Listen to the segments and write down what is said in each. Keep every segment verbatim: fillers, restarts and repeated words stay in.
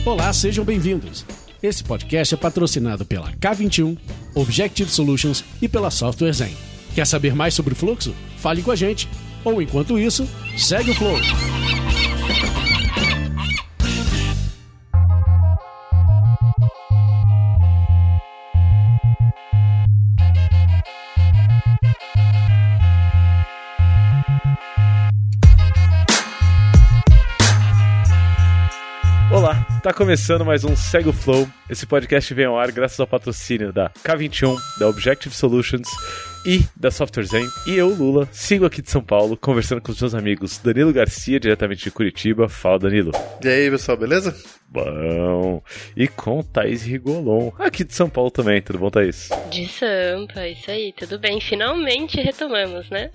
Olá, sejam bem-vindos. Esse podcast é patrocinado pela K vinte e um, Objective Solutions e pela Software Zen. Quer saber mais sobre o fluxo? Fale com a gente. Ou, enquanto isso, segue o flow. Olá, tá começando mais um Segue o Flow. Esse podcast vem ao ar graças ao patrocínio da K vinte e um, da Objective Solutions e da Software Zen. E eu, Lula, sigo aqui de São Paulo, conversando com os meus amigos Danilo Garcia, diretamente de Curitiba. Fala, Danilo. E aí, pessoal, beleza? Bom. E com Thaís Rigolon, aqui de São Paulo também. Tudo bom, Thaís? De Sampa, isso aí, tudo bem. Finalmente retomamos, né?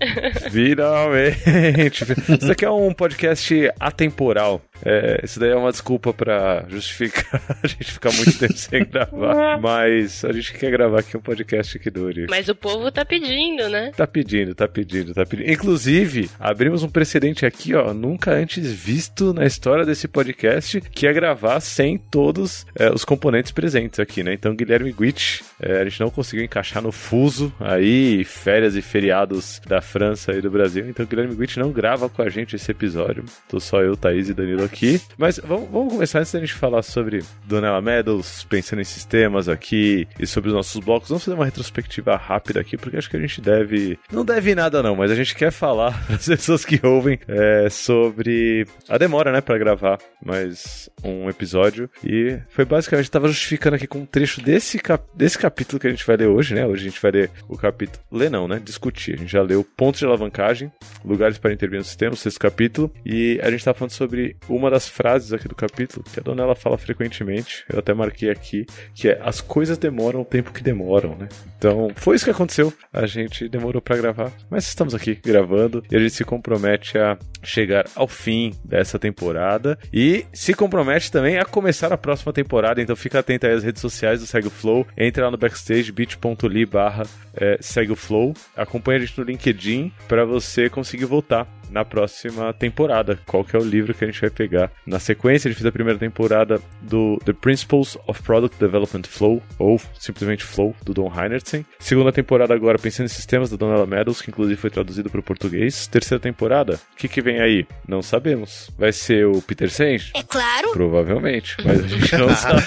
Finalmente. Isso aqui é um podcast atemporal. É, isso daí é uma desculpa pra justificar a gente ficar muito tempo sem gravar. Mas a gente quer gravar aqui um podcast que dure. Mas o povo tá pedindo, né? Tá pedindo, tá pedindo, tá pedindo. Inclusive, abrimos um precedente aqui, ó, nunca antes visto na história desse podcast, que é gravar sem todos é, os componentes presentes aqui, né? Então, Guilherme Guitch, é, a gente não conseguiu encaixar no fuso aí, férias e feriados da França e do Brasil. Então, Guilherme Guitch não grava com a gente esse episódio. Tô só eu, Thaís e Danilo aqui. Mas vamos, vamos começar antes da gente falar sobre Donella Meadows, pensando em sistemas aqui e sobre os nossos blocos. Vamos fazer uma retrospectiva rápida aqui, porque acho que a gente deve... Não deve nada não, mas a gente quer falar para as pessoas que ouvem é, sobre a demora, né, para gravar mais um episódio. E foi basicamente, estava justificando aqui com um trecho desse, cap... desse capítulo que a gente vai ler hoje, né? Hoje a gente vai ler o capítulo... Ler não, né? Discutir. A gente já leu Pontos de Alavancagem, Lugares para Intervir no Sistema, o sexto capítulo. E a gente está falando sobre uma das frases aqui do capítulo que a Donella fala frequentemente. Eu até marquei aqui, que é: as coisas demoram o tempo que demoram, né? Então, foi isso que aconteceu. A gente demorou pra gravar, mas estamos aqui gravando e a gente se compromete a chegar ao fim dessa temporada e se compromete também a começar a próxima temporada. Então fica atento aí às redes sociais do Segue o Flow, entre lá no backstage, bit.ly barra é, Segue o Flow, acompanha a gente no LinkedIn para você conseguir voltar na próxima temporada. Qual que é o livro que a gente vai pegar na sequência? A gente fez a primeira temporada do The Principles of Product Development Flow, ou simplesmente Flow, do Don Heinertsen. Segunda temporada agora, Pensando em Sistemas, da Donella Meadows, que inclusive foi traduzido para o português. Terceira temporada, o que que vem aí? Não sabemos. Vai ser o Peter Senge? É claro. Provavelmente, mas a gente não sabe.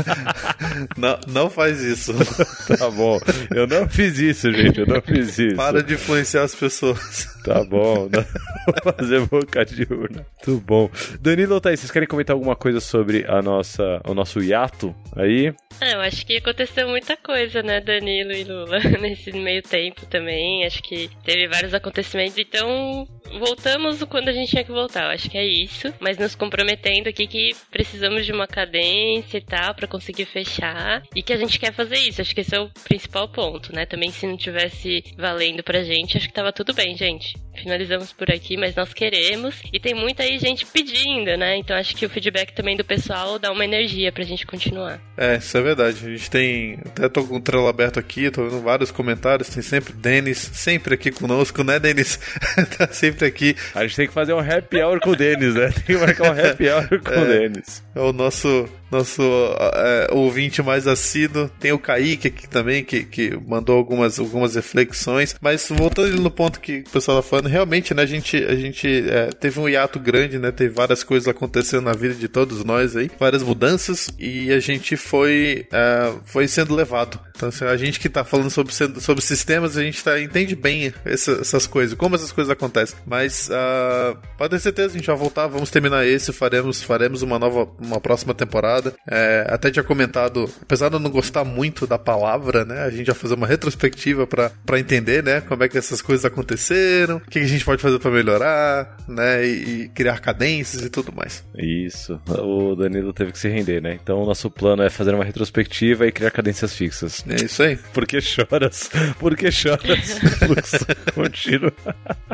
não, não faz isso. Tá bom. Eu não fiz isso, gente. Eu não fiz isso. Para de influenciar as pessoas. Tá bom. Não vou fazer boca de urna. Muito bom. Danilo ou Thaís, vocês querem comentar alguma coisa sobre a nossa, o nosso hiato aí? Ah, eu acho que aconteceu muita coisa, né, Danilo e Lula, nesse meio tempo também. Acho que teve vários acontecimentos, então voltamos quando a gente tinha que voltar. Eu acho que é isso, mas nos comprometendo aqui que precisamos de uma cadência e tal pra conseguir fechar e que a gente quer fazer isso. Acho que esse é o principal ponto, né? Também se não tivesse valendo pra gente, acho que tava tudo bem, gente. Finalizamos por aqui, mas nós queremos e tem muita aí gente pedindo, né? Então acho que o feedback também do pessoal dá uma energia pra gente continuar. É, isso é verdade. A gente tem... Até tô com o Trello aberto aqui, tô vendo vários comentários. Tem sempre Denis, sempre aqui conosco, né, Denis? Tá sempre aqui. A gente tem que fazer um happy hour com o Denis, né? Tem que marcar um happy hour com é, o Denis. É o nosso... Nosso é, ouvinte mais assíduo. Tem o Kaique aqui também, que, que mandou algumas, algumas reflexões. Mas voltando no ponto que o pessoal tá falando, realmente, né, a gente, a gente é, teve um hiato grande, né? Teve várias coisas acontecendo na vida de todos nós aí, várias mudanças, e a gente foi, é, foi sendo levado. Então, assim, a gente que tá falando sobre, sobre sistemas, a gente tá, entende bem essa, essas coisas, como essas coisas acontecem. Mas uh, pode ter certeza, a gente vai voltar, vamos terminar esse, faremos, faremos uma nova, uma próxima temporada. É, até tinha comentado, apesar de eu não gostar muito da palavra, né, a gente vai fazer uma retrospectiva pra, pra entender, né, como é que essas coisas aconteceram, o que a gente pode fazer pra melhorar, né, e, e criar cadências e tudo mais. Isso, o Danilo teve que se render, né, então o nosso plano é fazer uma retrospectiva e criar cadências fixas. É isso aí. Por que choras? Por que choras? Fluxo contínuo.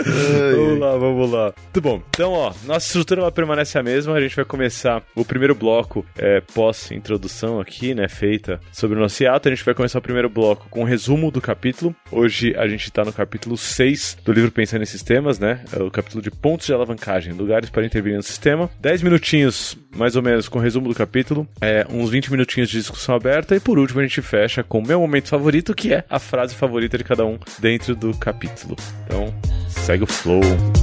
Vamos lá, vamos lá. Muito bom. Então, ó, nossa estrutura ela permanece a mesma. A gente vai começar o primeiro bloco é, pós-introdução aqui, né, feita sobre o nosso hiato. A gente vai começar o primeiro bloco com um resumo do capítulo. Hoje a gente tá no capítulo seis do livro Pensando em Sistemas, né? É o capítulo de pontos de alavancagem, lugares para intervir no sistema. dez minutinhos, mais ou menos, com o resumo do capítulo. É, uns vinte minutinhos de discussão aberta. E por último a gente fecha com o meu momento favorito, que é a frase favorita de cada um dentro do capítulo. Então, segue o flow.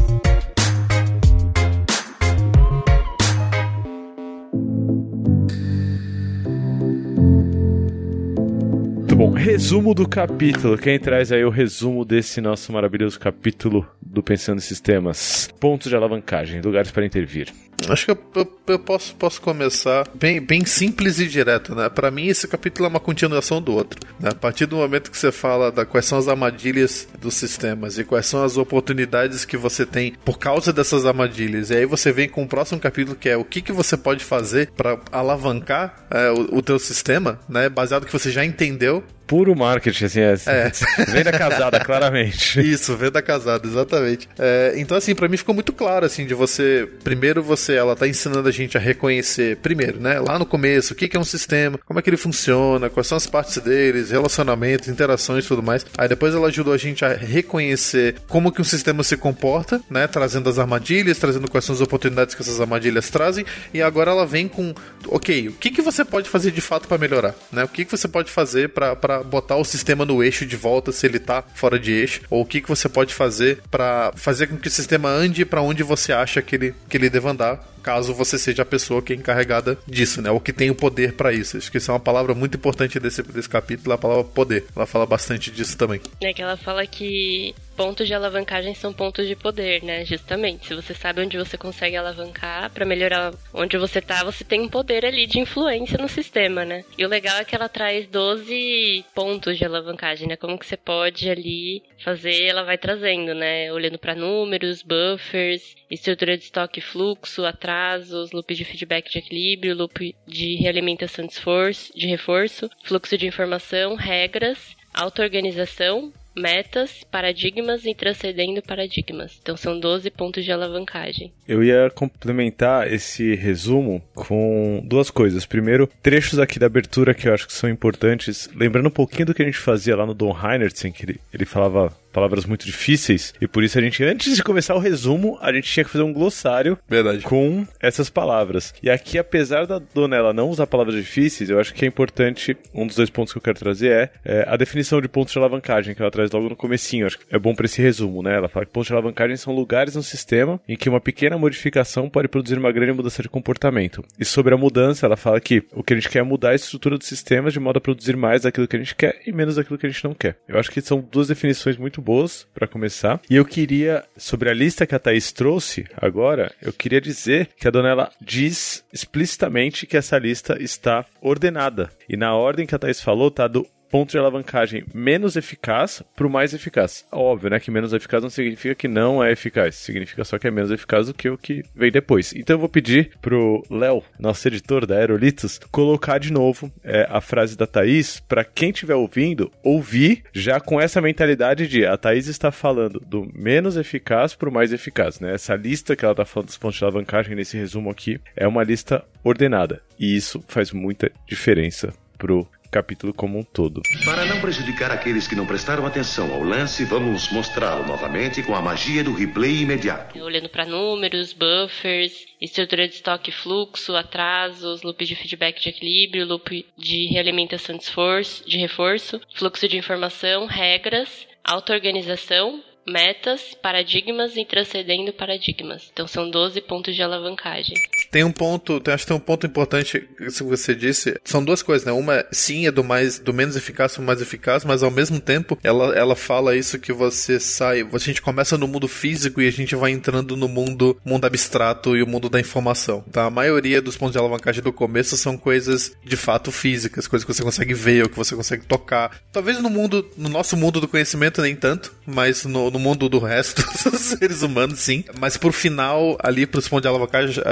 Muito bom, resumo do capítulo. Quem traz aí o resumo desse nosso maravilhoso capítulo do Pensando em Sistemas? Pontos de alavancagem, lugares para intervir. Acho que eu, eu, eu posso, posso começar bem, bem simples e direto, né? Pra mim, esse capítulo é uma continuação do outro, né? A partir do momento que você fala da quais são as armadilhas dos sistemas e quais são as oportunidades que você tem por causa dessas armadilhas, e aí você vem com o próximo capítulo, que é o que, que você pode fazer para alavancar é, o, o teu sistema, né? Baseado no que você já entendeu. Puro marketing, assim, é, é. Venda casada, claramente. Isso, venda casada, exatamente. É, então, assim, pra mim ficou muito claro, assim, de você, primeiro você, ela tá ensinando a gente a reconhecer, primeiro, né, lá no começo, o que, que é um sistema, como é que ele funciona, quais são as partes deles, relacionamentos, interações e tudo mais. Aí depois ela ajudou a gente a reconhecer como que um sistema se comporta, né, trazendo as armadilhas, trazendo quais são as oportunidades que essas armadilhas trazem, e agora ela vem com, ok, o que, que você pode fazer de fato pra melhorar, né, o que, que você pode fazer pra, pra botar o sistema no eixo de volta se ele tá fora de eixo, ou o que, que você pode fazer para fazer com que o sistema ande para onde você acha que ele, que ele deva andar, caso você seja a pessoa que é encarregada disso, né? Ou que tem o poder para isso. Acho que isso é uma palavra muito importante desse, desse capítulo, a palavra poder. Ela fala bastante disso também. É que ela fala que pontos de alavancagem são pontos de poder, né? Justamente. Se você sabe onde você consegue alavancar para melhorar onde você tá, você tem um poder ali de influência no sistema, né? E o legal é que ela traz doze pontos de alavancagem, né? Como que você pode ali fazer, ela vai trazendo, né? Olhando para números, buffers, estrutura de estoque e fluxo, atrasos, loop de feedback de equilíbrio, loop de realimentação de esforço, de reforço, fluxo de informação, regras, auto-organização, metas, paradigmas e transcendendo paradigmas. Então são doze pontos de alavancagem. Eu ia complementar esse resumo com duas coisas. Primeiro, trechos aqui da abertura que eu acho que são importantes. Lembrando um pouquinho do que a gente fazia lá no Don Heinertsen, que ele, ele falava palavras muito difíceis, e por isso a gente, antes de começar o resumo, a gente tinha que fazer um glossário Verdade. Com essas palavras. E aqui, apesar da dona ela não usar palavras difíceis, eu acho que é importante, um dos dois pontos que eu quero trazer é, é a definição de pontos de alavancagem, que ela traz logo no comecinho. Acho que é bom para esse resumo, né? Ela fala que pontos de alavancagem são lugares no sistema em que uma pequena modificação pode produzir uma grande mudança de comportamento. E sobre a mudança, ela fala que o que a gente quer é mudar a estrutura dos sistemas de modo a produzir mais daquilo que a gente quer e menos daquilo que a gente não quer. Eu acho que são duas definições muito boas para começar. E eu queria, sobre a lista que a Thaís trouxe agora, eu queria dizer que a dona ela diz explicitamente que essa lista está ordenada. E na ordem que a Thaís falou, tá do ponto de alavancagem menos eficaz para o mais eficaz. Óbvio, né, que menos eficaz não significa que não é eficaz, significa só que é menos eficaz do que o que vem depois. Então eu vou pedir pro Léo, nosso editor da Aerolitos, colocar de novo é, a frase da Thaís para quem estiver ouvindo, ouvir já com essa mentalidade de a Thaís está falando do menos eficaz para o mais eficaz, né? Essa lista que ela está falando dos pontos de alavancagem nesse resumo aqui é uma lista ordenada e isso faz muita diferença pro capítulo como um todo. Para não prejudicar aqueles que não prestaram atenção ao lance, vamos mostrá-lo novamente com a magia do replay imediato. Olhando para números, buffers, estrutura de estoque e fluxo, atrasos, loop de feedback de equilíbrio, loop de realimentação de esforço, de reforço, fluxo de informação, regras, auto-organização, metas, paradigmas e transcendendo paradigmas. Então são doze pontos de alavancagem. Tem um ponto, acho que tem um ponto importante que você disse, são duas coisas, né? Uma, sim, é do mais, do menos eficaz para o mais eficaz, mas ao mesmo tempo, ela, ela fala isso que você sai, a gente começa no mundo físico e a gente vai entrando no mundo, mundo abstrato e o mundo da informação, tá? A maioria dos pontos de alavancagem do começo são coisas de fato físicas, coisas que você consegue ver ou que você consegue tocar. Talvez no mundo, no nosso mundo do conhecimento nem tanto, mas no, no mundo do resto dos seres humanos, sim. Mas pro final, ali, pros pontos de alavancagem, acho que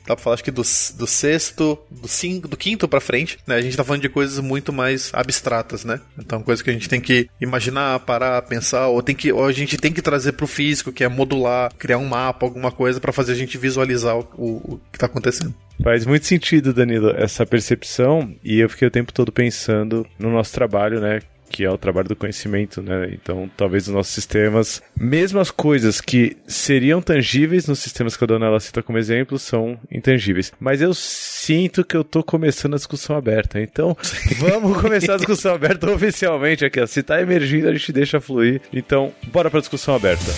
dá pra falar, acho que do, do sexto, do, cinco, do quinto pra frente, né? A gente tá falando de coisas muito mais abstratas, né? Então, coisa que a gente tem que imaginar, parar, pensar, ou, tem que, ou a gente tem que trazer pro físico, que é modular, criar um mapa, alguma coisa pra fazer a gente visualizar o, o, o que tá acontecendo. Faz muito sentido, Danilo, essa percepção, e eu fiquei o tempo todo pensando no nosso trabalho, né? Que é o trabalho do conhecimento, né? Então, talvez os nossos sistemas, mesmo as coisas que seriam tangíveis nos sistemas que a dona ela cita como exemplo, são intangíveis. Mas eu sinto que eu tô começando a discussão aberta. Então, vamos começar a discussão aberta oficialmente aqui. Se tá emergindo, a gente deixa fluir. Então, bora pra discussão aberta.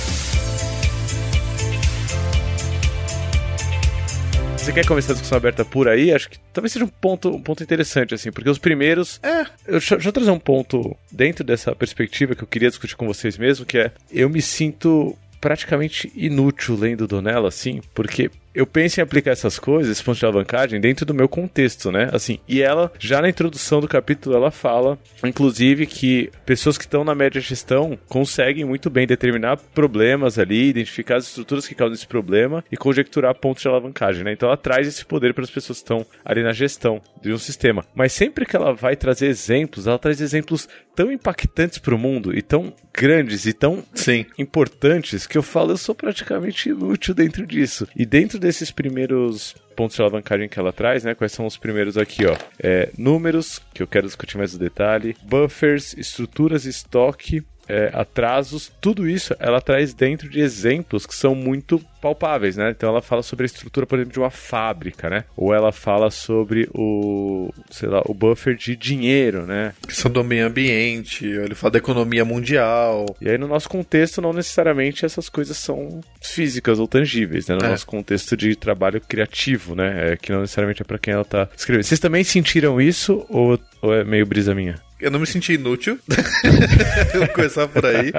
Você quer começar a discussão aberta por aí? Acho que talvez seja um ponto, um ponto interessante, assim, porque os primeiros... É, eu, deixa, deixa eu trazer um ponto dentro dessa perspectiva que eu queria discutir com vocês mesmo, que é, eu me sinto praticamente inútil lendo Donella, assim, porque eu penso em aplicar essas coisas, esse ponto de alavancagem, dentro do meu contexto, né? Assim, e ela, já na introdução do capítulo, ela fala, inclusive, que pessoas que estão na média gestão conseguem muito bem determinar problemas ali, identificar as estruturas que causam esse problema e conjecturar pontos de alavancagem, né? Então ela traz esse poder para as pessoas que estão ali na gestão de um sistema. Mas sempre que ela vai trazer exemplos, ela traz exemplos tão impactantes para o mundo e tão grandes e tão Sim. importantes que eu falo, eu sou praticamente inútil dentro disso. E dentro desses primeiros pontos de alavancagem que ela traz, né? Quais são os primeiros aqui, ó? É, números, que eu quero discutir mais o detalhe, buffers, estruturas e estoque, é, atrasos, tudo isso ela traz dentro de exemplos que são muito palpáveis, né? Então ela fala sobre a estrutura, por exemplo, de uma fábrica, né? Ou ela fala sobre o, sei lá, o buffer de dinheiro, né? Questão do meio ambiente, ele fala da economia mundial. E aí no nosso contexto, não necessariamente essas coisas são físicas ou tangíveis, né? No é. nosso contexto de trabalho criativo, né? É, que não necessariamente é pra quem ela tá escrevendo. Vocês também sentiram isso ou, ou é meio brisa minha? Eu não me senti inútil. Eu vou começar por aí.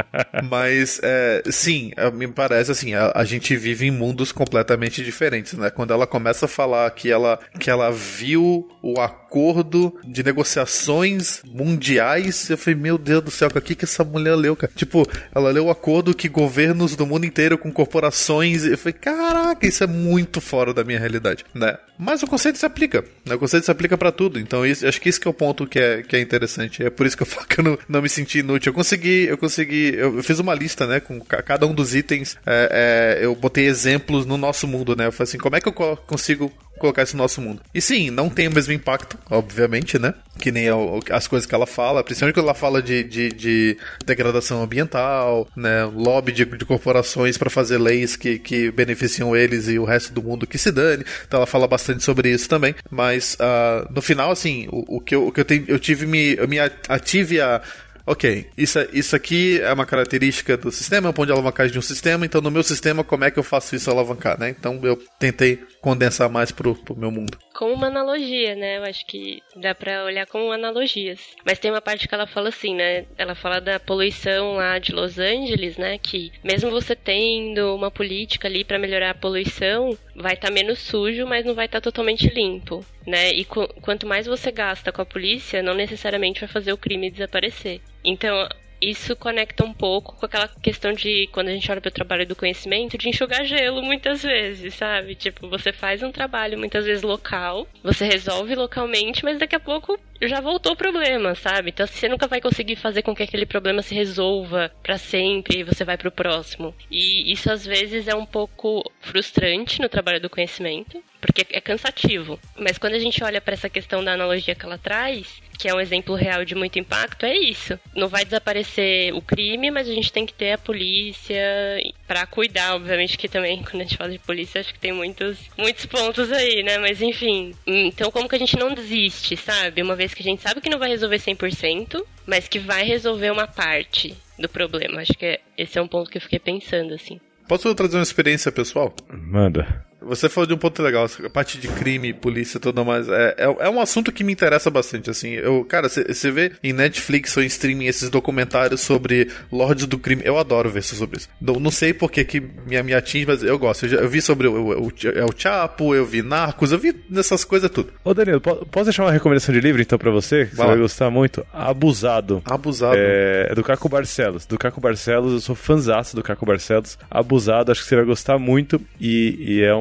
Mas, é, sim, me parece assim, a, a gente vive em mundos completamente diferentes, né? Quando ela começa a falar que ela, que ela viu o acordo de negociações mundiais, eu falei, meu Deus do céu, o que que essa mulher leu, cara? Tipo, ela leu o acordo que governos do mundo inteiro com corporações, eu falei, caraca, isso é muito fora da minha realidade, né? Mas o conceito se aplica, né? O conceito se aplica pra tudo, então isso, acho que esse que é o ponto que é, que é interessante, é por isso que eu falo que eu não, não me senti inútil. Eu consegui, eu consegui, eu, eu fiz uma lista, né, com cada um dos itens, é, é, eu botei exemplos no nosso mundo, né, eu falei assim, como é que eu consigo colocar isso no nosso mundo? E sim, não tem o mesmo impacto, obviamente, né, que nem as coisas que ela fala, principalmente quando ela fala de, de, de degradação ambiental, né, lobby de, de corporações para fazer leis que, que beneficiam eles e o resto do mundo que se dane, então ela fala bastante sobre isso também, mas uh, no final, assim, o, o que eu, o que eu, tenho, eu tive me, eu me ative a ok, isso, isso aqui é uma característica do sistema, é um ponto de alavancagem de um sistema, então no meu sistema como é que eu faço isso alavancar, né? Então eu tentei condensar mais pro, pro meu mundo. Como uma analogia, né? Eu acho que dá pra olhar como analogias. Mas tem uma parte que ela fala assim, né? Ela fala da poluição lá de Los Angeles, né? Que mesmo você tendo uma política ali pra melhorar a poluição, vai estar tá menos sujo, mas não vai estar tá totalmente limpo, né? E qu- quanto mais você gasta com a polícia, não necessariamente vai fazer o crime desaparecer. Então, isso conecta um pouco com aquela questão de, quando a gente olha para o trabalho do conhecimento, de enxugar gelo muitas vezes, sabe? Tipo, você faz um trabalho muitas vezes local, você resolve localmente, mas daqui a pouco já voltou o problema, sabe? Então você nunca vai conseguir fazer com que aquele problema se resolva para sempre e você vai pro próximo. E isso às vezes é um pouco frustrante no trabalho do conhecimento, porque é cansativo. Mas quando a gente olha para essa questão da analogia que ela traz, que é um exemplo real de muito impacto, é isso. Não vai desaparecer o crime, mas a gente tem que ter a polícia para cuidar, obviamente que também, quando a gente fala de polícia, acho que tem muitos, muitos pontos aí, né? Mas enfim, então como que a gente não desiste, sabe? Uma vez que a gente sabe que não vai resolver cem por cento, mas que vai resolver uma parte do problema. Acho que é, esse é um ponto que eu fiquei pensando, assim. Posso trazer uma experiência pessoal? Manda. Você falou de um ponto legal, a parte de crime, polícia e tudo mais. É, é, é um assunto que me interessa bastante, assim. Eu, cara, você vê em Netflix ou em streaming esses documentários sobre lords do crime. Eu adoro ver sobre isso. Não, não sei por que que me, me atinge, mas eu gosto. Eu, já, eu vi sobre o, o, o, o Chapo, eu vi Narcos, eu vi nessas coisas tudo. Ô, Danilo, posso deixar uma recomendação de livro, então, pra você? Você vai, vai gostar muito? Abusado. Abusado. É, é do Caco Barcelos. Do Caco Barcelos, eu sou fãzaço do Caco Barcelos. Abusado, acho que você vai gostar muito. E, e é uma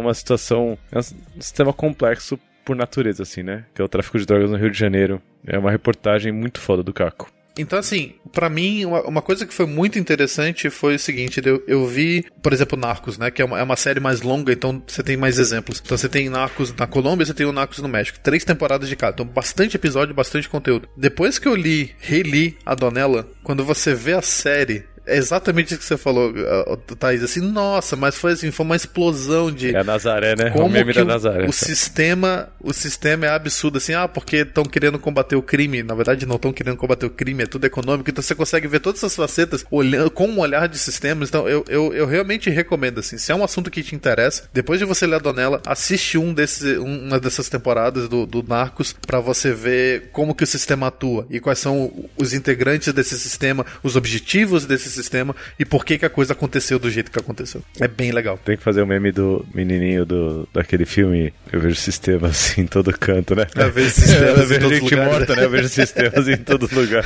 uma situação, é um sistema complexo por natureza, assim, né? Que é o tráfico de drogas no Rio de Janeiro. É uma reportagem muito foda do Caco. Então, assim, pra mim, uma, uma coisa que foi muito interessante foi o seguinte, eu, eu vi, por exemplo, Narcos, né, que é uma, é uma série mais longa, então você tem mais exemplos. Então você tem Narcos na Colômbia, você tem o Narcos no México. Três temporadas de cada, então bastante episódio, bastante conteúdo. Depois que eu li, reli a Donella, quando você vê a série... É exatamente isso que você falou, Thaís, assim, nossa, mas foi assim, foi uma explosão de... É a Nazaré, né? Como o meme que da Nazaré. O, o, sistema, o sistema é absurdo, assim, ah, porque estão querendo combater o crime, na verdade não estão querendo combater o crime, é tudo econômico, então você consegue ver todas essas facetas olhando, com um olhar de sistemas, então eu, eu, eu realmente recomendo, assim, se é um assunto que te interessa, depois de você ler a Donella, assiste um desses, uma dessas temporadas do, do Narcos, pra você ver como que o sistema atua, e quais são os integrantes desse sistema, os objetivos desse sistema e por que que a coisa aconteceu do jeito que aconteceu. É bem legal. Tem que fazer o meme do menininho do, daquele filme Eu Vejo Sistemas assim, em todo canto, né? Eu vejo sistemas eu vejo em gente lugar. morta, né? Eu vejo sistemas em todo lugar.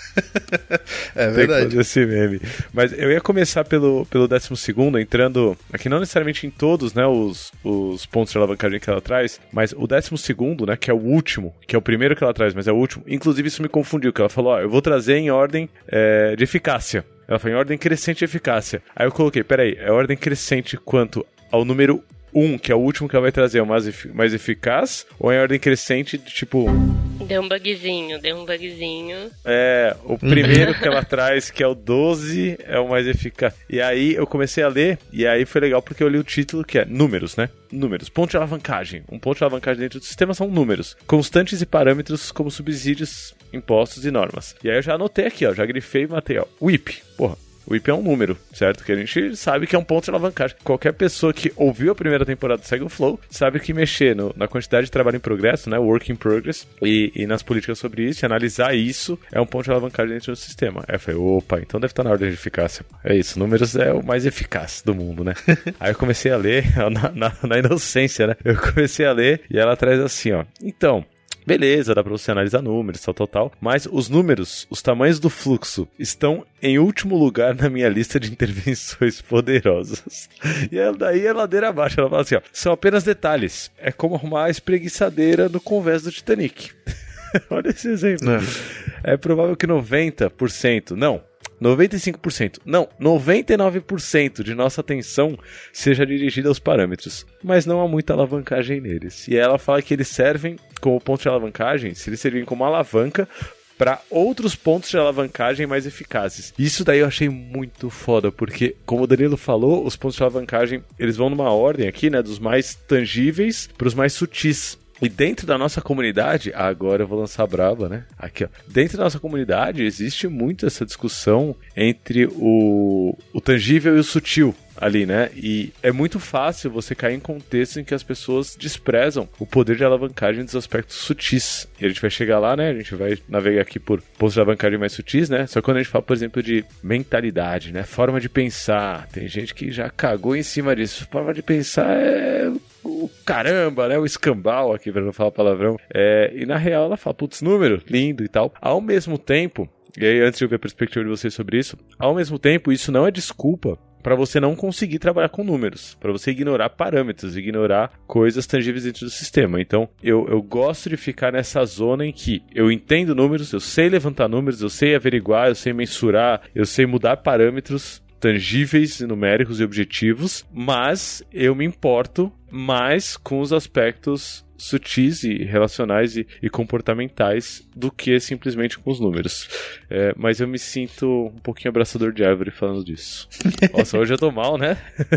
É verdade. Tem que fazer esse meme. Mas eu ia começar pelo, pelo décimo segundo, entrando aqui não necessariamente em todos, né, os, os pontos de alavancagem que ela traz, mas o décimo segundo, né, que é o último, que é o primeiro que ela traz, mas é o último. Inclusive isso me confundiu, que ela falou, ó, eu vou trazer em ordem é, de eficácia. Ela foi em ordem crescente de eficácia. Aí eu coloquei, peraí, é ordem crescente quanto ao número um, que é o último que ela vai trazer, é o mais, efic- mais eficaz? Ou é em ordem crescente de tipo... Deu um bugzinho, deu um bugzinho. É, o primeiro que ela traz, que é o doze, é o mais eficaz. E aí eu comecei a ler, e aí foi legal porque eu li o título, que é números, né? Números. Ponto de alavancagem. Um ponto de alavancagem dentro do sistema são números. Constantes e parâmetros como subsídios, impostos e normas. E aí eu já anotei aqui, ó, já grifei e matei, ó. W I P. Porra. O I P é um número, certo? Que a gente sabe que é um ponto de alavancagem. Qualquer pessoa que ouviu a primeira temporada do Segue o Flow sabe que mexer no, na quantidade de trabalho em progresso, né? Work in progress, e, e nas políticas sobre isso, e analisar isso é um ponto de alavancagem dentro do sistema. Aí eu falei, opa, então deve estar na ordem de eficácia. É isso, números é o mais eficaz do mundo, né? Aí eu comecei a ler, na, na, na inocência, né? Eu comecei a ler e ela traz assim, ó. Então... Beleza, dá pra você analisar números, tal, tal, tal. Mas os números, os tamanhos do fluxo, estão em último lugar na minha lista de intervenções poderosas. E ela, daí é ladeira abaixo. Ela fala assim, ó. São apenas detalhes. É como arrumar a espreguiçadeira no convés do Titanic. Olha esse exemplo. É. é provável que noventa por cento... Não. noventa e cinco por cento, não, noventa e nove por cento de nossa atenção seja dirigida aos parâmetros, mas não há muita alavancagem neles. E ela fala que eles servem como ponto de alavancagem, se eles servirem como alavanca para outros pontos de alavancagem mais eficazes. Isso daí eu achei muito foda, porque, como o Danilo falou, os pontos de alavancagem, eles vão numa ordem aqui, né, dos mais tangíveis para os mais sutis. E dentro da nossa comunidade, agora eu vou lançar a braba, né? Aqui, ó. Dentro da nossa comunidade existe muito essa discussão entre o, o tangível e o sutil ali, né? E é muito fácil você cair em contextos em que as pessoas desprezam o poder de alavancagem dos aspectos sutis. E a gente vai chegar lá, né? A gente vai navegar aqui por pontos de alavancagem mais sutis, né? Só que quando a gente fala, por exemplo, de mentalidade, né? Forma de pensar. Tem gente que já cagou em cima disso. Forma de pensar é... o caramba, né? O escambau aqui, pra não falar palavrão. É, e na real ela fala, putz, número, lindo e tal. Ao mesmo tempo, e aí antes de eu ver a perspectiva de vocês sobre isso, ao mesmo tempo, isso não é desculpa para você não conseguir trabalhar com números, para você ignorar parâmetros, ignorar coisas tangíveis dentro do sistema. Então, eu, eu gosto de ficar nessa zona em que eu entendo números, eu sei levantar números, eu sei averiguar, eu sei mensurar, eu sei mudar parâmetros tangíveis, numéricos e objetivos, mas eu me importo mais com os aspectos sutis e relacionais e, e comportamentais do que simplesmente com os números. É, mas eu me sinto um pouquinho abraçador de árvore falando disso. Nossa, hoje eu tô mal, né?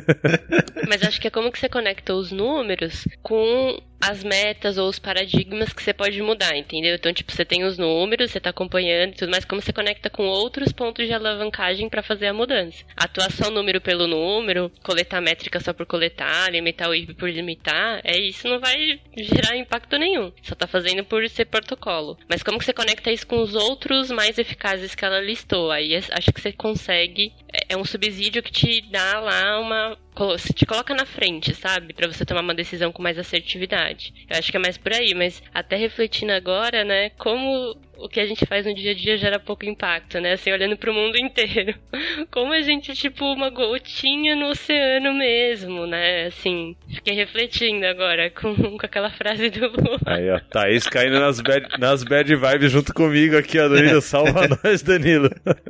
Mas acho que é como que você conecta os números com as metas ou os paradigmas que você pode mudar, entendeu? Então, tipo, você tem os números, você tá acompanhando e tudo mais, como você conecta com outros pontos de alavancagem pra fazer a mudança. Atuação número pelo número, coletar métrica só por coletar, limitar o I P por limitar, é isso, não vai gerar impacto nenhum. Só tá fazendo por ser protocolo. Mas como que você conecta isso com os outros mais eficazes que ela listou? Aí acho que você consegue... É um subsídio que te dá lá uma te coloca na frente, sabe? Pra você tomar uma decisão com mais assertividade. Eu acho que é mais por aí, mas até refletindo agora, né, como o que a gente faz no dia a dia gera pouco impacto, né? Assim, olhando pro mundo inteiro. Como a gente é tipo uma gotinha no oceano mesmo, né? Assim, fiquei refletindo agora com, com aquela frase do Lula. Aí, ó, Thaís caindo nas bad, nas bad vibes junto comigo aqui, ó, Danilo. Salva nós, Danilo.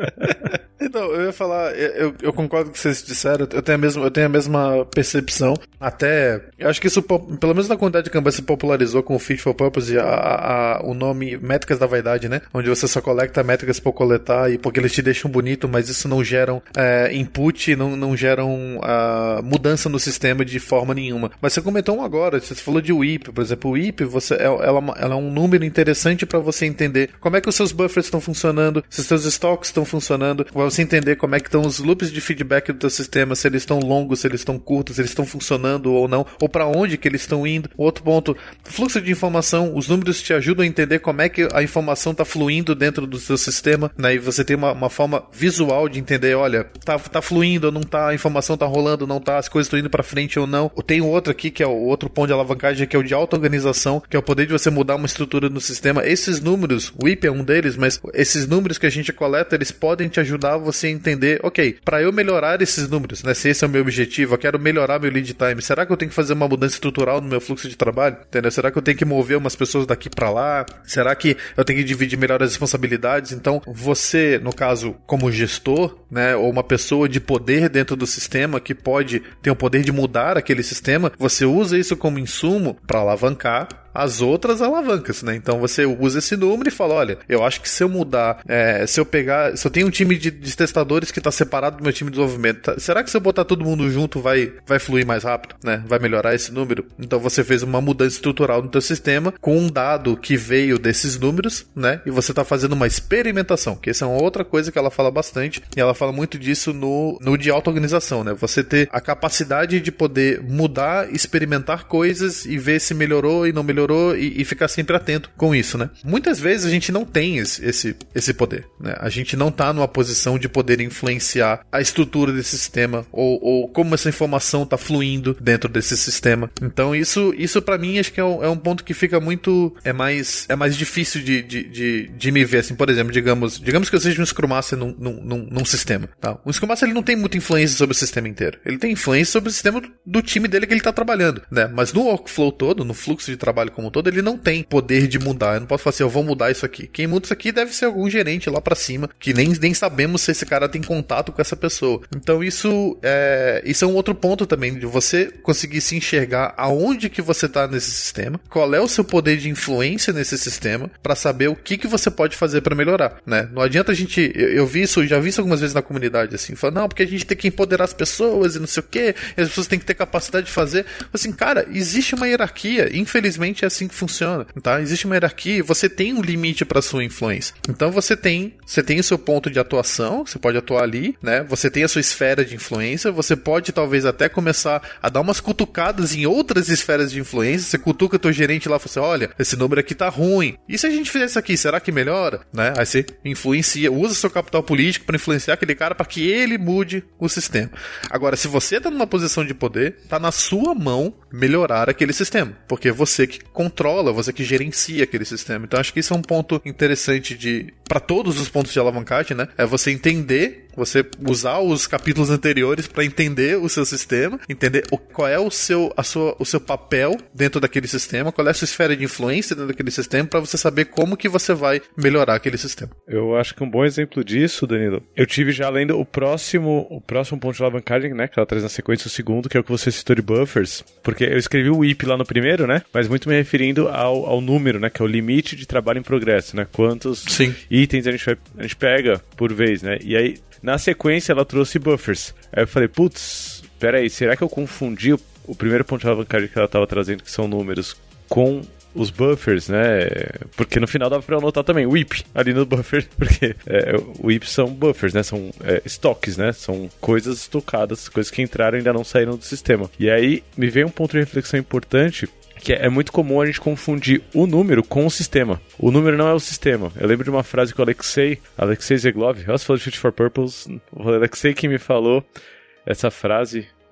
Então, eu ia falar, eu, eu concordo com o que vocês disseram, eu tenho, a mesma, eu tenho a mesma percepção, até, eu acho que isso, pelo menos na quantidade de Kanban, se popularizou com o Fit for Purpose, a, a, o nome Métricas da Vaidade, né, onde você só coleta métricas por coletar, e porque eles te deixam bonito, mas isso não geram é, input, não, não geram uh, mudança no sistema de forma nenhuma. Mas você comentou um agora, você falou de W I P, por exemplo, o W I P, você, ela, ela é um número interessante para você entender como é que os seus buffers estão funcionando, se os seus estoques estão funcionando, você entender como é que estão os loops de feedback do teu sistema, se eles estão longos, se eles estão curtos, se eles estão funcionando ou não, ou para onde que eles estão indo. Outro ponto, fluxo de informação, os números te ajudam a entender como é que a informação está fluindo dentro do seu sistema, né? E você tem uma, uma forma visual de entender, olha, tá, tá fluindo ou não tá, a informação tá rolando ou não tá, as coisas estão indo para frente ou não. Tem outro aqui, que é o outro ponto de alavancagem, que é o de auto-organização, que é o poder de você mudar uma estrutura no sistema. Esses números, o W I P é um deles, mas esses números que a gente coleta, eles podem te ajudar a você entender, ok, para eu melhorar esses números, né, se esse é o meu objetivo, eu quero melhorar meu lead time, será que eu tenho que fazer uma mudança estrutural no meu fluxo de trabalho? Entendeu? Será que eu tenho que mover umas pessoas daqui para lá? Será que eu tenho que dividir melhor as responsabilidades? Então, você, no caso, como gestor, né, ou uma pessoa de poder dentro do sistema que pode ter o poder de mudar aquele sistema, você usa isso como insumo para alavancar as outras alavancas, né? Então você usa esse número e fala, olha, eu acho que se eu mudar, é, se eu pegar, se eu tenho um time de, de testadores que está separado do meu time de desenvolvimento, tá, será que se eu botar todo mundo junto vai, vai fluir mais rápido, né? Vai melhorar esse número? Então você fez uma mudança estrutural no teu sistema com um dado que veio desses números, né? E você está fazendo uma experimentação, que essa é uma outra coisa que ela fala bastante, e ela fala muito disso no, no de auto-organização, né? Você ter a capacidade de poder mudar, experimentar coisas e ver se melhorou e não melhorou, E, e ficar sempre atento com isso, né? Muitas vezes a gente não tem esse, esse, esse poder, né? A gente não tá numa posição de poder influenciar a estrutura desse sistema ou, ou como essa informação tá fluindo dentro desse sistema. Então isso, isso para mim acho que é um, é um ponto que fica muito, é mais, é mais difícil de, de, de, de me ver, assim, por exemplo, digamos, digamos que eu seja um Scrum Master num, num, num, num sistema, tá? O Scrum Master ele não tem muita influência sobre o sistema inteiro. Ele tem influência sobre o sistema do, do time dele que ele tá trabalhando, né? Mas no workflow todo, no fluxo de trabalho como um todo, ele não tem poder de mudar. Eu não posso falar assim, eu vou mudar isso aqui. Quem muda isso aqui deve ser algum gerente lá pra cima, que nem, nem sabemos se esse cara tem contato com essa pessoa. Então isso é, isso é um outro ponto também, de você conseguir se enxergar aonde que você tá nesse sistema, qual é o seu poder de influência nesse sistema, pra saber o que que você pode fazer pra melhorar, né? Não adianta a gente, eu, eu vi isso, já vi isso algumas vezes na comunidade, assim, falando, não, porque a gente tem que empoderar as pessoas e não sei o quê, e as pessoas têm que ter capacidade de fazer. Assim, cara, existe uma hierarquia, infelizmente é assim que funciona, tá? Existe uma hierarquia e você tem um limite para sua influência. Então você tem, você tem o seu ponto de atuação, você pode atuar ali, né? Você tem a sua esfera de influência, você pode talvez até começar a dar umas cutucadas em outras esferas de influência. Você cutuca teu gerente lá e fala assim, olha, esse número aqui tá ruim. E se a gente fizer isso aqui, será que melhora? Né? Aí você influencia, usa seu capital político para influenciar aquele cara para que ele mude o sistema. Agora, se você tá numa posição de poder, tá na sua mão melhorar aquele sistema, porque é você que controla, você que gerencia aquele sistema. Então acho que isso é um ponto interessante de, para todos os pontos de alavancagem, né? É você entender, você usar os capítulos anteriores para entender o seu sistema, entender o, qual é o seu, a sua, o seu papel dentro daquele sistema, qual é a sua esfera de influência dentro daquele sistema, para você saber como que você vai melhorar aquele sistema. Eu acho que um bom exemplo disso, Danilo, eu tive já lendo o próximo, o próximo ponto de alavancagem, né, que ela traz na sequência o segundo, que é o que você citou de buffers, porque eu escrevi o W I P lá no primeiro, né, mas muito me referindo ao, ao número, né, que é o limite de trabalho em progresso, né, quantos Sim. itens a gente, vai, a gente pega por vez, né, e aí na sequência ela trouxe buffers. Aí eu falei, putz, peraí, será que eu confundi o, o primeiro ponto de alavancagem que ela estava trazendo, que são números, com os buffers, né? Porque no final dava pra eu anotar também o I P ali no buffer, porque é, o I P são buffers, né? São é, estoques, né? São coisas estocadas, coisas que entraram e ainda não saíram do sistema. E aí me veio um ponto de reflexão importante, que é muito comum a gente confundir o número com o sistema. O número não é o sistema. Eu lembro de uma frase que o Alexei, Alexei Zeglov, eu falou de Fit for Purpose, o Alexei que me falou essa frase,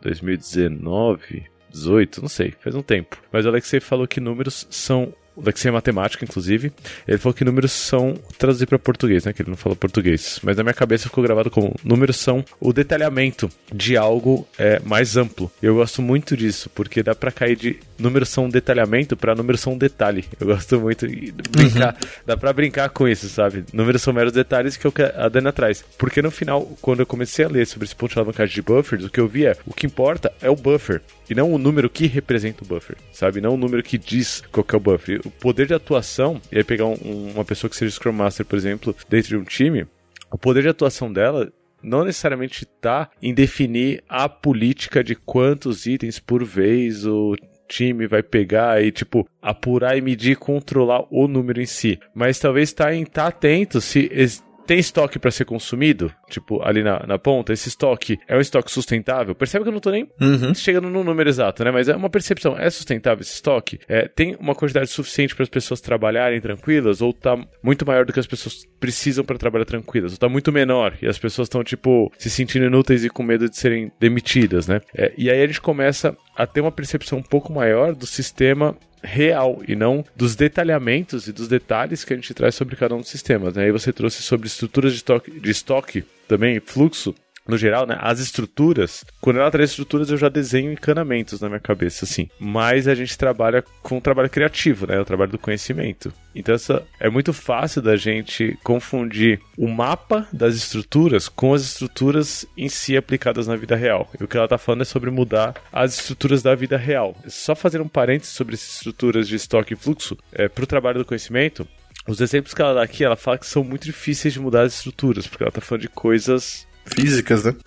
dois mil e dezenove, dezoito, não sei, faz um tempo. Mas o Alexei falou que números são... O Alexei é matemático, inclusive. Ele falou que números são... Traduzir para português, né? Que ele não falou português. Mas na minha cabeça ficou gravado como... Números são o detalhamento de algo é, mais amplo. Eu gosto muito disso, porque dá para cair de... Números são detalhamento para números são detalhe. Eu gosto muito de brincar. Uhum. Dá para brincar com isso, sabe? Números são meros detalhes que eu a Dani atrás. Porque no final, quando eu comecei a ler sobre esse ponto de alavancagem de buffers, o que eu vi é... O que importa é o buffer. E não o número que representa o buffer, sabe? Não o número que diz qual que é o buffer. O poder de atuação, e aí pegar um, um, uma pessoa que seja Scrum Master, por exemplo, dentro de um time, o poder de atuação dela não necessariamente está em definir a política de quantos itens por vez o time vai pegar e, tipo, apurar e medir e controlar o número em si. Mas talvez está em estar tá atento se... Tem estoque para ser consumido? Tipo, ali na, na ponta, esse estoque é um estoque sustentável? Percebe que eu não tô nem uhum. chegando no número exato, né? Mas é uma percepção. É sustentável esse estoque? É, tem uma quantidade suficiente para as pessoas trabalharem tranquilas? Ou tá muito maior do que as pessoas precisam para trabalhar tranquilas? Ou tá muito menor e as pessoas estão, tipo, se sentindo inúteis e com medo de serem demitidas, né? É, e aí a gente começa a ter uma percepção um pouco maior do sistema real e não dos detalhamentos e dos detalhes que a gente traz sobre cada um dos sistemas, né? Aí você trouxe sobre estruturas de estoque, de estoque também, fluxo, no geral, né? As estruturas, quando ela traz estruturas eu já desenho encanamentos na minha cabeça, assim. Mas a gente trabalha com um trabalho criativo, né? O trabalho do conhecimento. Então essa, é muito fácil da gente confundir o mapa das estruturas com as estruturas em si aplicadas na vida real. E o que ela está falando é sobre mudar as estruturas da vida real. Só fazer um parênteses sobre essas estruturas de estoque e fluxo, é, para o trabalho do conhecimento. Os exemplos que ela dá aqui, ela fala que são muito difíceis de mudar as estruturas, porque ela está falando de coisas... Físicas, né?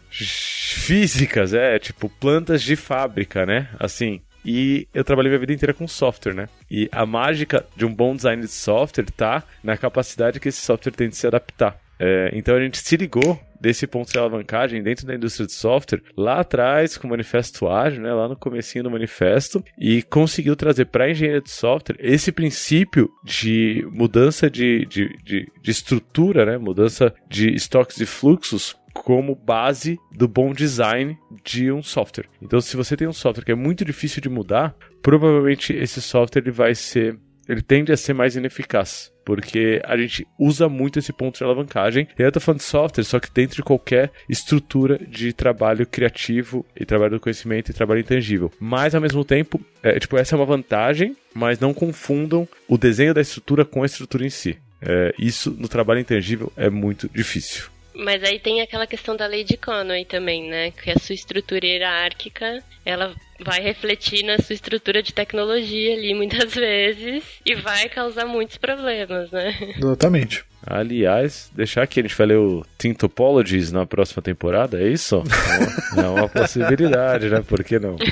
Físicas, é, tipo plantas de fábrica, né? Assim, e eu trabalhei minha vida inteira com software, né? E a mágica de um bom design de software tá na capacidade que esse software tem de se adaptar. É, então a gente se ligou desse ponto de alavancagem dentro da indústria de software lá atrás com o Manifesto Ágil, né, lá no comecinho do manifesto, e conseguiu trazer para a engenharia de software esse princípio de mudança de, de, de, de estrutura, né, mudança de estoques e fluxos como base do bom design de um software. Então, se você tem um software que é muito difícil de mudar, provavelmente esse software ele vai ser, ele tende a ser mais ineficaz, porque a gente usa muito esse ponto de alavancagem. E eu tô falando de software, só que dentro de qualquer estrutura de trabalho criativo e trabalho do conhecimento e trabalho intangível. Mas, ao mesmo tempo, é, tipo, essa é uma vantagem, mas não confundam o desenho da estrutura com a estrutura em si. É, isso, no trabalho intangível, é muito difícil. Mas aí tem aquela questão da lei de Conway também, né? Que a sua estrutura hierárquica, ela vai refletir na sua estrutura de tecnologia ali muitas vezes e vai causar muitos problemas, né? Exatamente. Aliás, deixar aqui, a gente vai ler o Team Topologies na próxima temporada, é isso? É uma, é uma possibilidade, né? Por que não?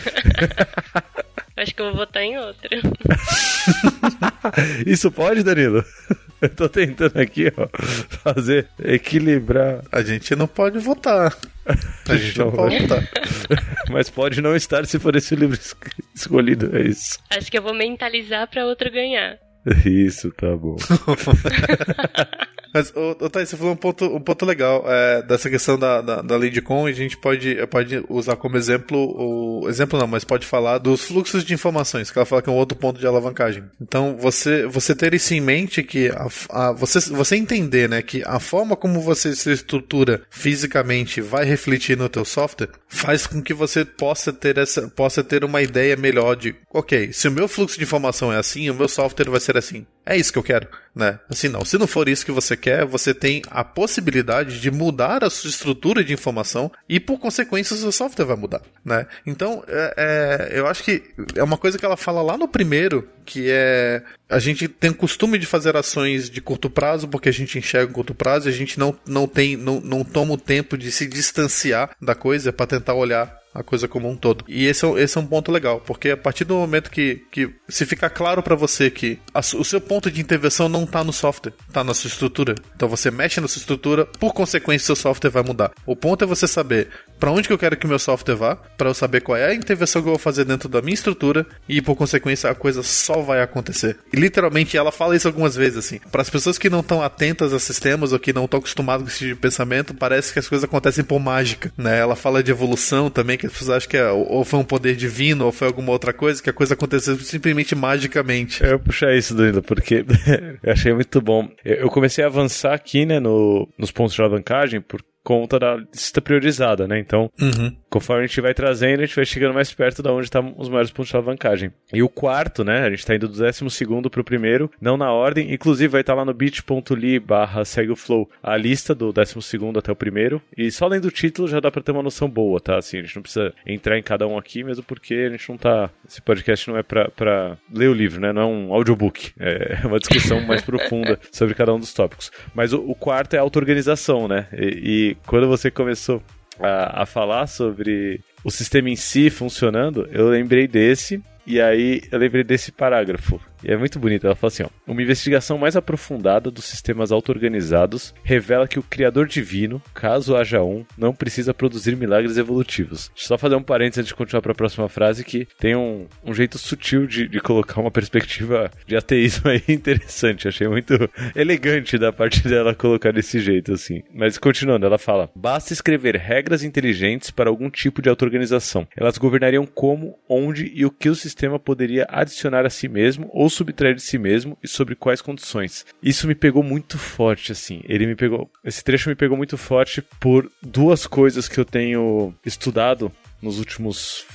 Acho que eu vou votar em outra. Isso pode, Danilo? Eu tô tentando aqui, ó, fazer, equilibrar. A gente não pode votar. A gente não, não pode votar. Mas pode não estar se for esse livro escolhido, é isso. Acho que eu vou mentalizar pra outro ganhar. Isso, tá bom. Mas, ô, ô Thaís, você falou um ponto, um ponto legal é, dessa questão da, da, da lei de Conway. A gente pode, pode usar como exemplo, o exemplo não, mas pode falar dos fluxos de informações, que ela fala que é um outro ponto de alavancagem. Então, você, você ter isso em mente, que a, a, você, você entender, né, que a forma como você se estrutura fisicamente vai refletir no teu software, faz com que você possa ter, essa, possa ter uma ideia melhor de, ok, se o meu fluxo de informação é assim, o meu software vai ser assim. É isso que eu quero, né? Assim não, se não for isso que você quer, você tem a possibilidade de mudar a sua estrutura de informação e, por consequência, o seu software vai mudar, né? Então, é, é, eu acho que é uma coisa que ela fala lá no primeiro, que é a gente tem o costume de fazer ações de curto prazo porque a gente enxerga o curto prazo e a gente não, não, tem, não, não toma o tempo de se distanciar da coisa para tentar olhar a coisa como um todo. E esse é, esse é um ponto legal, porque a partir do momento que, que se ficar claro para você que a, o seu ponto de intervenção não está no software, está na sua estrutura. Então você mexe na sua estrutura, por consequência seu software vai mudar. O ponto é você saber pra onde que eu quero que o meu software vá, pra eu saber qual é a intervenção que eu vou fazer dentro da minha estrutura e, por consequência, a coisa só vai acontecer. E, literalmente, ela fala isso algumas vezes, assim. Para as pessoas que não estão atentas a sistemas ou que não estão acostumadas com esse tipo de pensamento, parece que as coisas acontecem por mágica, né? Ela fala de evolução também, que as pessoas acham que é, ou foi um poder divino, ou foi alguma outra coisa, que a coisa aconteceu simplesmente magicamente. Eu ia puxar isso, Danilo, porque eu achei muito bom. Eu comecei a avançar aqui, né, no, nos pontos de alavancagem, por conta da lista priorizada, né? Então, uhum. conforme a gente vai trazendo, a gente vai chegando mais perto de onde estão os maiores pontos de alavancagem. E o quarto, né? A gente tá indo do décimo segundo pro primeiro, não na ordem. Inclusive, vai estar tá lá no bit.ly barra segue o flow a lista do décimo segundo até o primeiro. E só lendo o título já dá pra ter uma noção boa, tá? Assim, a gente não precisa entrar em cada um aqui, mesmo porque a gente não tá... Esse podcast não é pra, pra ler o livro, né? Não é um audiobook. É uma discussão mais profunda sobre cada um dos tópicos. Mas o, o quarto é auto-organização, né? E... e quando você começou a, a falar sobre o sistema em si funcionando, eu lembrei desse, e aí eu lembrei desse parágrafo. E é muito bonito, ela fala assim, ó: uma investigação mais aprofundada dos sistemas auto-organizados revela que o criador divino, caso haja um, não precisa produzir milagres evolutivos. Deixa eu só fazer um parênteses antes de continuar para a próxima frase, que tem um, um jeito sutil de, de colocar uma perspectiva de ateísmo aí interessante. Achei muito elegante da parte dela colocar desse jeito, assim. Mas continuando, ela fala: basta escrever regras inteligentes para algum tipo de auto-organização. Elas governariam como, onde e o que o sistema poderia adicionar a si mesmo ou subtrair de si mesmo e sobre quais condições. Isso me pegou muito forte, assim. Ele me pegou... Esse trecho me pegou muito forte por duas coisas que eu tenho estudado nos últimos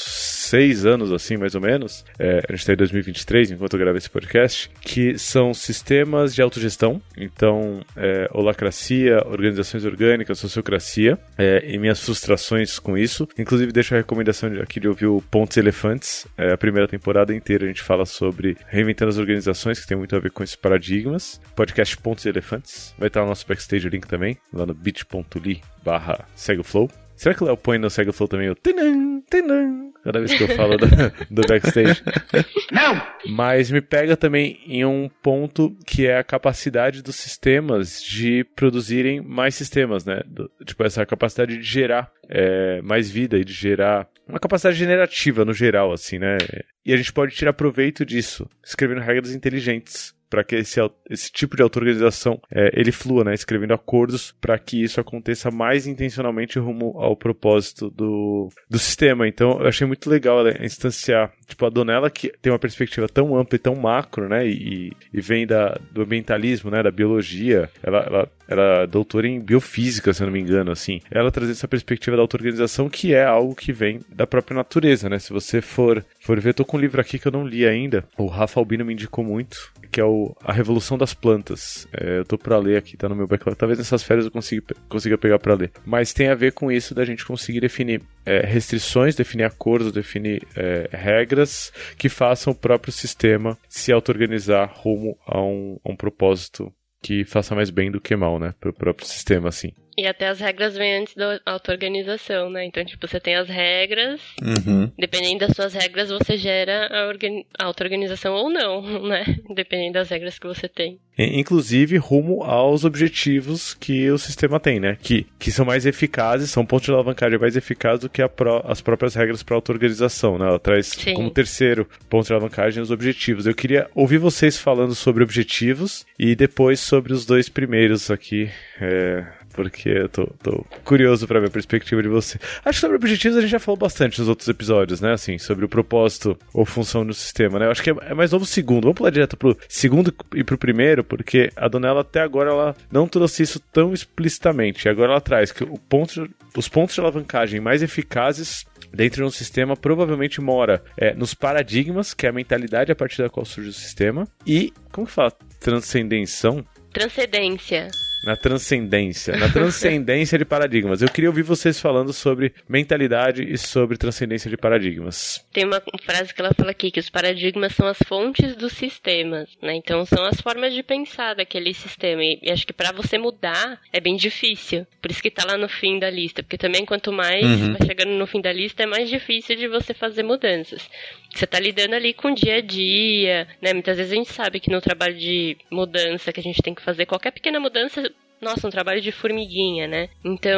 seis anos, assim, mais ou menos. É, a gente está em dois mil e vinte e três, enquanto eu gravo esse podcast, que são sistemas de autogestão. Então, é, holacracia, organizações orgânicas, sociocracia, é, e minhas frustrações com isso. Inclusive, deixo a recomendação aqui de ouvir o Pontos e Elefantes. É, a primeira temporada inteira a gente fala sobre reinventando as organizações, que tem muito a ver com esses paradigmas. Podcast Pontos e Elefantes. Vai estar no nosso backstage o link também, lá no bit.ly barra segue o flow. Será que o Léo põe no Segue o Flow também o tinam, tinam, cada vez que eu falo do, do backstage? Não! Mas me pega também em um ponto que é a capacidade dos sistemas de produzirem mais sistemas, né? Do, tipo, essa capacidade de gerar é, mais vida e de gerar uma capacidade generativa no geral, assim, né? E a gente pode tirar proveito disso, escrevendo regras inteligentes, para que esse, esse tipo de auto-organização é, ele flua, né? Escrevendo acordos para que isso aconteça mais intencionalmente rumo ao propósito do, do sistema. Então, eu achei muito legal ela instanciar, tipo, a Donella, que tem uma perspectiva tão ampla e tão macro, né? E, e vem da, do ambientalismo, né? Da biologia. Ela, ela, ela é doutora em biofísica, se eu não me engano, assim. Ela traz essa perspectiva da auto-organização, que é algo que vem da própria natureza, né? Se você for, for ver, eu tô com um livro aqui que eu não li ainda. O Rafa Albino me indicou muito, que é o A Revolução das Plantas. É, eu tô pra ler aqui, tá no meu backlog. Talvez nessas férias eu consiga, consiga pegar pra ler. Mas tem a ver com isso da gente conseguir definir é, restrições, definir acordos, definir é, regras que façam o próprio sistema se auto-organizar rumo a um, a um propósito que faça mais bem do que mal, né? Pro próprio sistema, assim. E até as regras vêm antes da auto-organização, né? Então, tipo, você tem as regras, uhum. Dependendo das suas regras, você gera a, organ... a auto-organização ou não, né? Dependendo das regras que você tem. Inclusive, rumo aos objetivos que o sistema tem, né? Que, que são mais eficazes, são pontos de alavancagem mais eficazes do que a pró... as próprias regras para auto-organização, né? Ela traz Sim. como terceiro ponto de alavancagem os objetivos. Eu queria ouvir vocês falando sobre objetivos e depois sobre os dois primeiros aqui, é... porque eu tô, tô curioso pra ver a perspectiva de você. Acho que sobre objetivos a gente já falou bastante nos outros episódios, né? Assim, sobre o propósito ou função do sistema, né? Eu acho que é, é mais novo o segundo. Vamos pular direto pro segundo e pro primeiro, porque a Donella até agora ela não trouxe isso tão explicitamente. E agora ela traz que o ponto, os pontos de alavancagem mais eficazes dentro de um sistema provavelmente mora é, nos paradigmas, que é a mentalidade a partir da qual surge o sistema, e, como que fala? Transcendenção? Transcendência. Na transcendência, na transcendência de paradigmas. Eu queria ouvir vocês falando sobre mentalidade e sobre transcendência de paradigmas. Tem uma frase que ela fala aqui, que os paradigmas são as fontes dos sistemas, né? Então são as formas de pensar daquele sistema. E, e acho que para você mudar é bem difícil. Por isso que tá lá no fim da lista. Porque também quanto mais uhum. vai chegando no fim da lista, é mais difícil de você fazer mudanças. Você tá lidando ali com o dia a dia, né? Muitas vezes a gente sabe que no trabalho de mudança que a gente tem que fazer, qualquer pequena mudança, nossa, um trabalho de formiguinha, né? Então,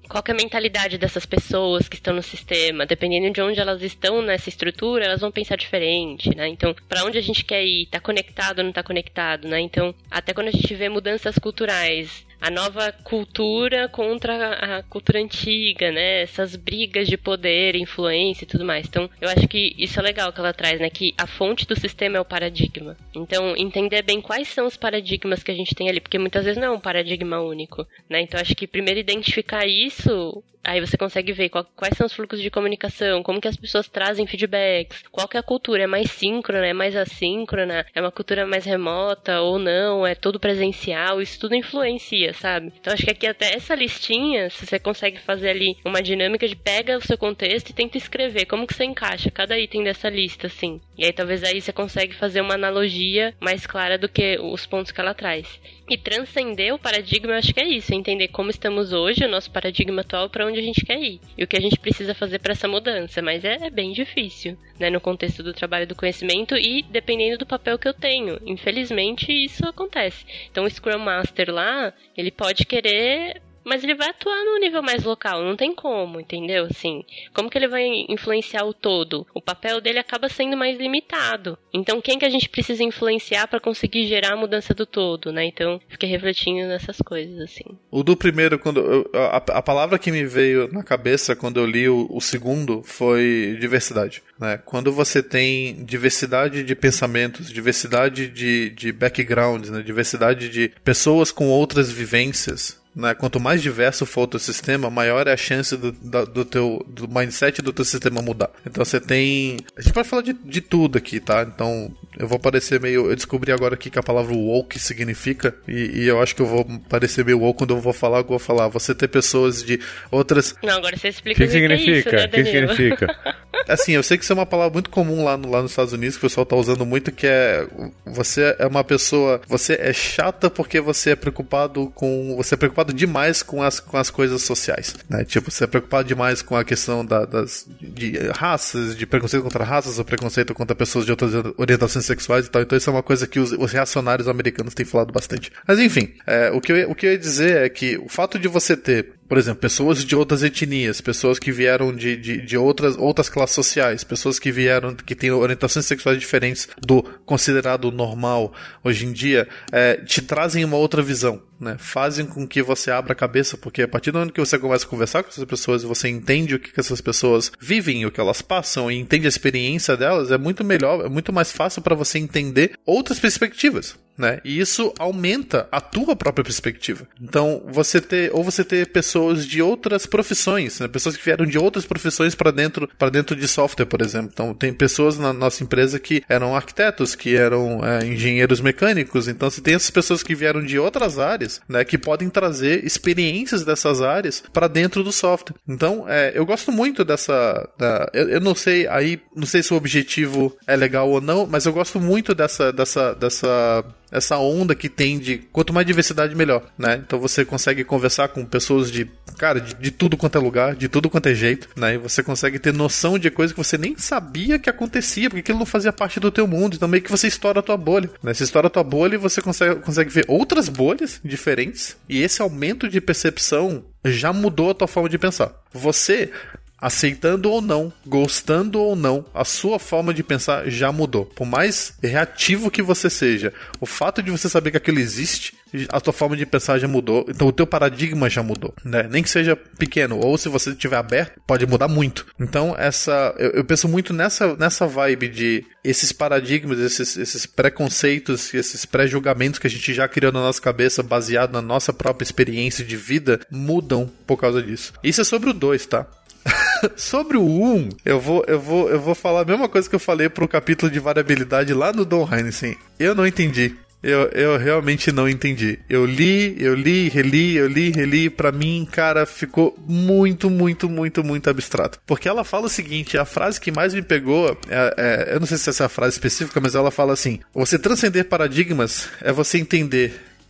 qual que é a mentalidade dessas pessoas que estão no sistema, dependendo de onde elas estão nessa estrutura, elas vão pensar diferente, né? Então, para onde a gente quer ir? Tá conectado ou não tá conectado, né? Então, até quando a gente vê mudanças culturais, a nova cultura contra a cultura antiga, né? Essas brigas de poder, influência e tudo mais. Então, eu acho que isso é legal que ela traz, né? Que a fonte do sistema é o paradigma. Então, entender bem quais são os paradigmas que a gente tem ali, porque muitas vezes não é um paradigma único, né? Então, acho que primeiro identificar isso, aí você consegue ver qual, quais são os fluxos de comunicação, como que as pessoas trazem feedbacks, qual que é a cultura, é mais síncrona, é mais assíncrona, é uma cultura mais remota ou não, é todo presencial, isso tudo influencia, sabe? Então acho que aqui até essa listinha, se você consegue fazer ali uma dinâmica de pega o seu contexto e tenta escrever como que você encaixa cada item dessa lista, assim. E aí talvez aí você consegue fazer uma analogia mais clara do que os pontos que ela traz. E transcender o paradigma, eu acho que é isso, é entender como estamos hoje, o nosso paradigma atual, para onde a gente quer ir. E o que a gente precisa fazer para essa mudança. Mas é, é bem difícil, né, no contexto do trabalho do conhecimento e dependendo do papel que eu tenho. Infelizmente, isso acontece. Então, o Scrum Master lá, ele pode querer... mas ele vai atuar no nível mais local, não tem como, entendeu? Assim, como que ele vai influenciar o todo? O papel dele acaba sendo mais limitado. Então, quem que a gente precisa influenciar para conseguir gerar a mudança do todo, né? Então, fiquei refletindo nessas coisas, assim. O do primeiro, quando eu, a, a palavra que me veio na cabeça quando eu li o, o segundo foi diversidade, né? Quando você tem diversidade de pensamentos, diversidade de, de backgrounds, né? Diversidade de pessoas com outras vivências, né? Quanto mais diverso for o teu sistema, maior é a chance do, do, do teu do mindset do teu sistema mudar. Então você tem... A gente vai falar de, de tudo aqui, tá? Então eu vou parecer meio... Eu descobri agora aqui que a palavra woke significa, e, e eu acho que eu vou parecer meio woke quando eu vou falar, eu vou falar. Você ter pessoas de outras... Não, agora você explica o que, que significa. É isso, né, o que significa? Assim, eu sei que isso é uma palavra muito comum lá, no, lá nos Estados Unidos, que o pessoal tá usando muito, que é... Você é uma pessoa... Você é chata porque você é preocupado com... Você é preocupado demais com as, com as coisas sociais, né? Tipo, você é preocupado demais com a questão da, das de raças, de preconceito contra raças, ou preconceito contra pessoas de outras orientações sexuais e tal. Então isso é uma coisa que os, os reacionários americanos têm falado bastante. Mas enfim, é, o, que eu, o que eu ia dizer é que o fato de você ter, por exemplo, pessoas de outras etnias, pessoas que vieram de, de, de outras, outras classes sociais, pessoas que vieram, que têm orientações sexuais diferentes do considerado normal hoje em dia, é, te trazem uma outra visão, né? Fazem com que você abra a cabeça, porque a partir do momento que você começa a conversar com essas pessoas e você entende o que, que essas pessoas vivem, o que elas passam, e entende a experiência delas, é muito melhor, é muito mais fácil para você entender outras perspectivas, né? E isso aumenta a tua própria perspectiva. Então, você ter, ou você ter pessoas de outras profissões, né? Pessoas que vieram de outras profissões para dentro, para dentro de software, por exemplo. Então, tem pessoas na nossa empresa que eram arquitetos, que eram é, engenheiros mecânicos. Então, você tem essas pessoas que vieram de outras áreas, né? Que podem trazer experiências dessas áreas para dentro do software. Então, é, eu gosto muito dessa... Da, eu, eu não sei, aí, não sei se o objetivo é legal ou não, mas eu gosto muito dessa, dessa, dessa essa onda que tem de quanto mais diversidade, melhor, né? Então você consegue conversar com pessoas de, cara, de, de tudo quanto é lugar, de tudo quanto é jeito, né? E você consegue ter noção de coisas que você nem sabia que acontecia, porque aquilo não fazia parte do teu mundo. Então meio que você estoura a tua bolha, né? Você estoura a tua bolha e você consegue, consegue ver outras bolhas diferentes, e esse aumento de percepção já mudou a tua forma de pensar. Você... aceitando ou não, gostando ou não, a sua forma de pensar já mudou. Por mais reativo que você seja, o fato de você saber que aquilo existe, a tua forma de pensar já mudou. Então o teu paradigma já mudou, né? Nem que seja pequeno, ou se você estiver aberto, pode mudar muito. Então essa, eu, eu penso muito nessa, nessa vibe de esses paradigmas, esses, esses preconceitos, esses pré-julgamentos que a gente já criou na nossa cabeça, baseado na nossa própria experiência de vida, mudam por causa disso. Isso é sobre o dois, tá? Sobre o um, eu vou, eu, vou, eu vou falar a mesma coisa que eu falei pro capítulo de variabilidade lá no Don Heineken. Eu não entendi. Eu, eu realmente não entendi. Eu li, eu li, reli, eu li, reli. Pra mim, cara, ficou muito, muito, muito, muito abstrato. Porque ela fala o seguinte, a frase que mais me pegou, é, é, eu não sei se essa é a frase específica, mas ela fala assim: você transcender paradigmas é você entender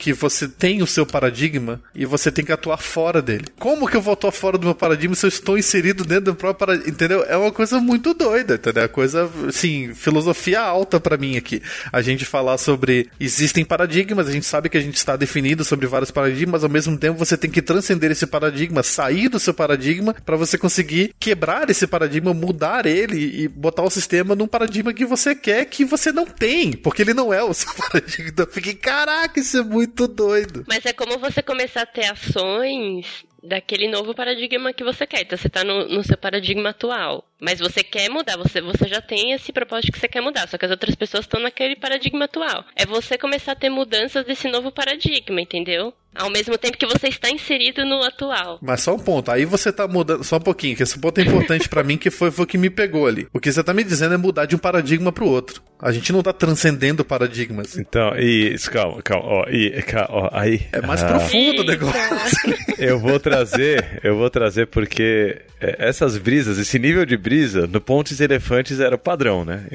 que você tem o seu paradigma e você tem que atuar fora dele. Como que eu vou atuar fora do meu paradigma se eu estou inserido dentro do próprio paradigma? Entendeu? É uma coisa muito doida, entendeu? É coisa, assim, filosofia alta pra mim aqui. A gente falar sobre existem paradigmas, a gente sabe que a gente está definido sobre vários paradigmas, ao mesmo tempo você tem que transcender esse paradigma, sair do seu paradigma pra você conseguir quebrar esse paradigma, mudar ele e botar o sistema num paradigma que você quer que você não tem, porque ele não é o seu paradigma. Então eu fiquei, caraca, isso é muito doido. Mas é como você começar a ter ações daquele novo paradigma que você quer. Então você tá no, no seu paradigma atual, mas você quer mudar, você, você já tem esse propósito que você quer mudar, só que as outras pessoas estão naquele paradigma atual. É você começar a ter mudanças desse novo paradigma, entendeu? Ao mesmo tempo que você está inserido no atual. Mas só um ponto, aí você tá mudando, só um pouquinho, que esse ponto é importante pra mim, que foi, foi o que me pegou ali. O que você tá me dizendo é mudar de um paradigma pro outro. A gente não tá transcendendo paradigmas. Então, e calma, calma, ó, e, calma, ó, aí... É mais ah, profundo o negócio. Eu vou trazer, eu vou trazer porque essas brisas, esse nível de brisa, no Pontos Elefantes era o padrão, né?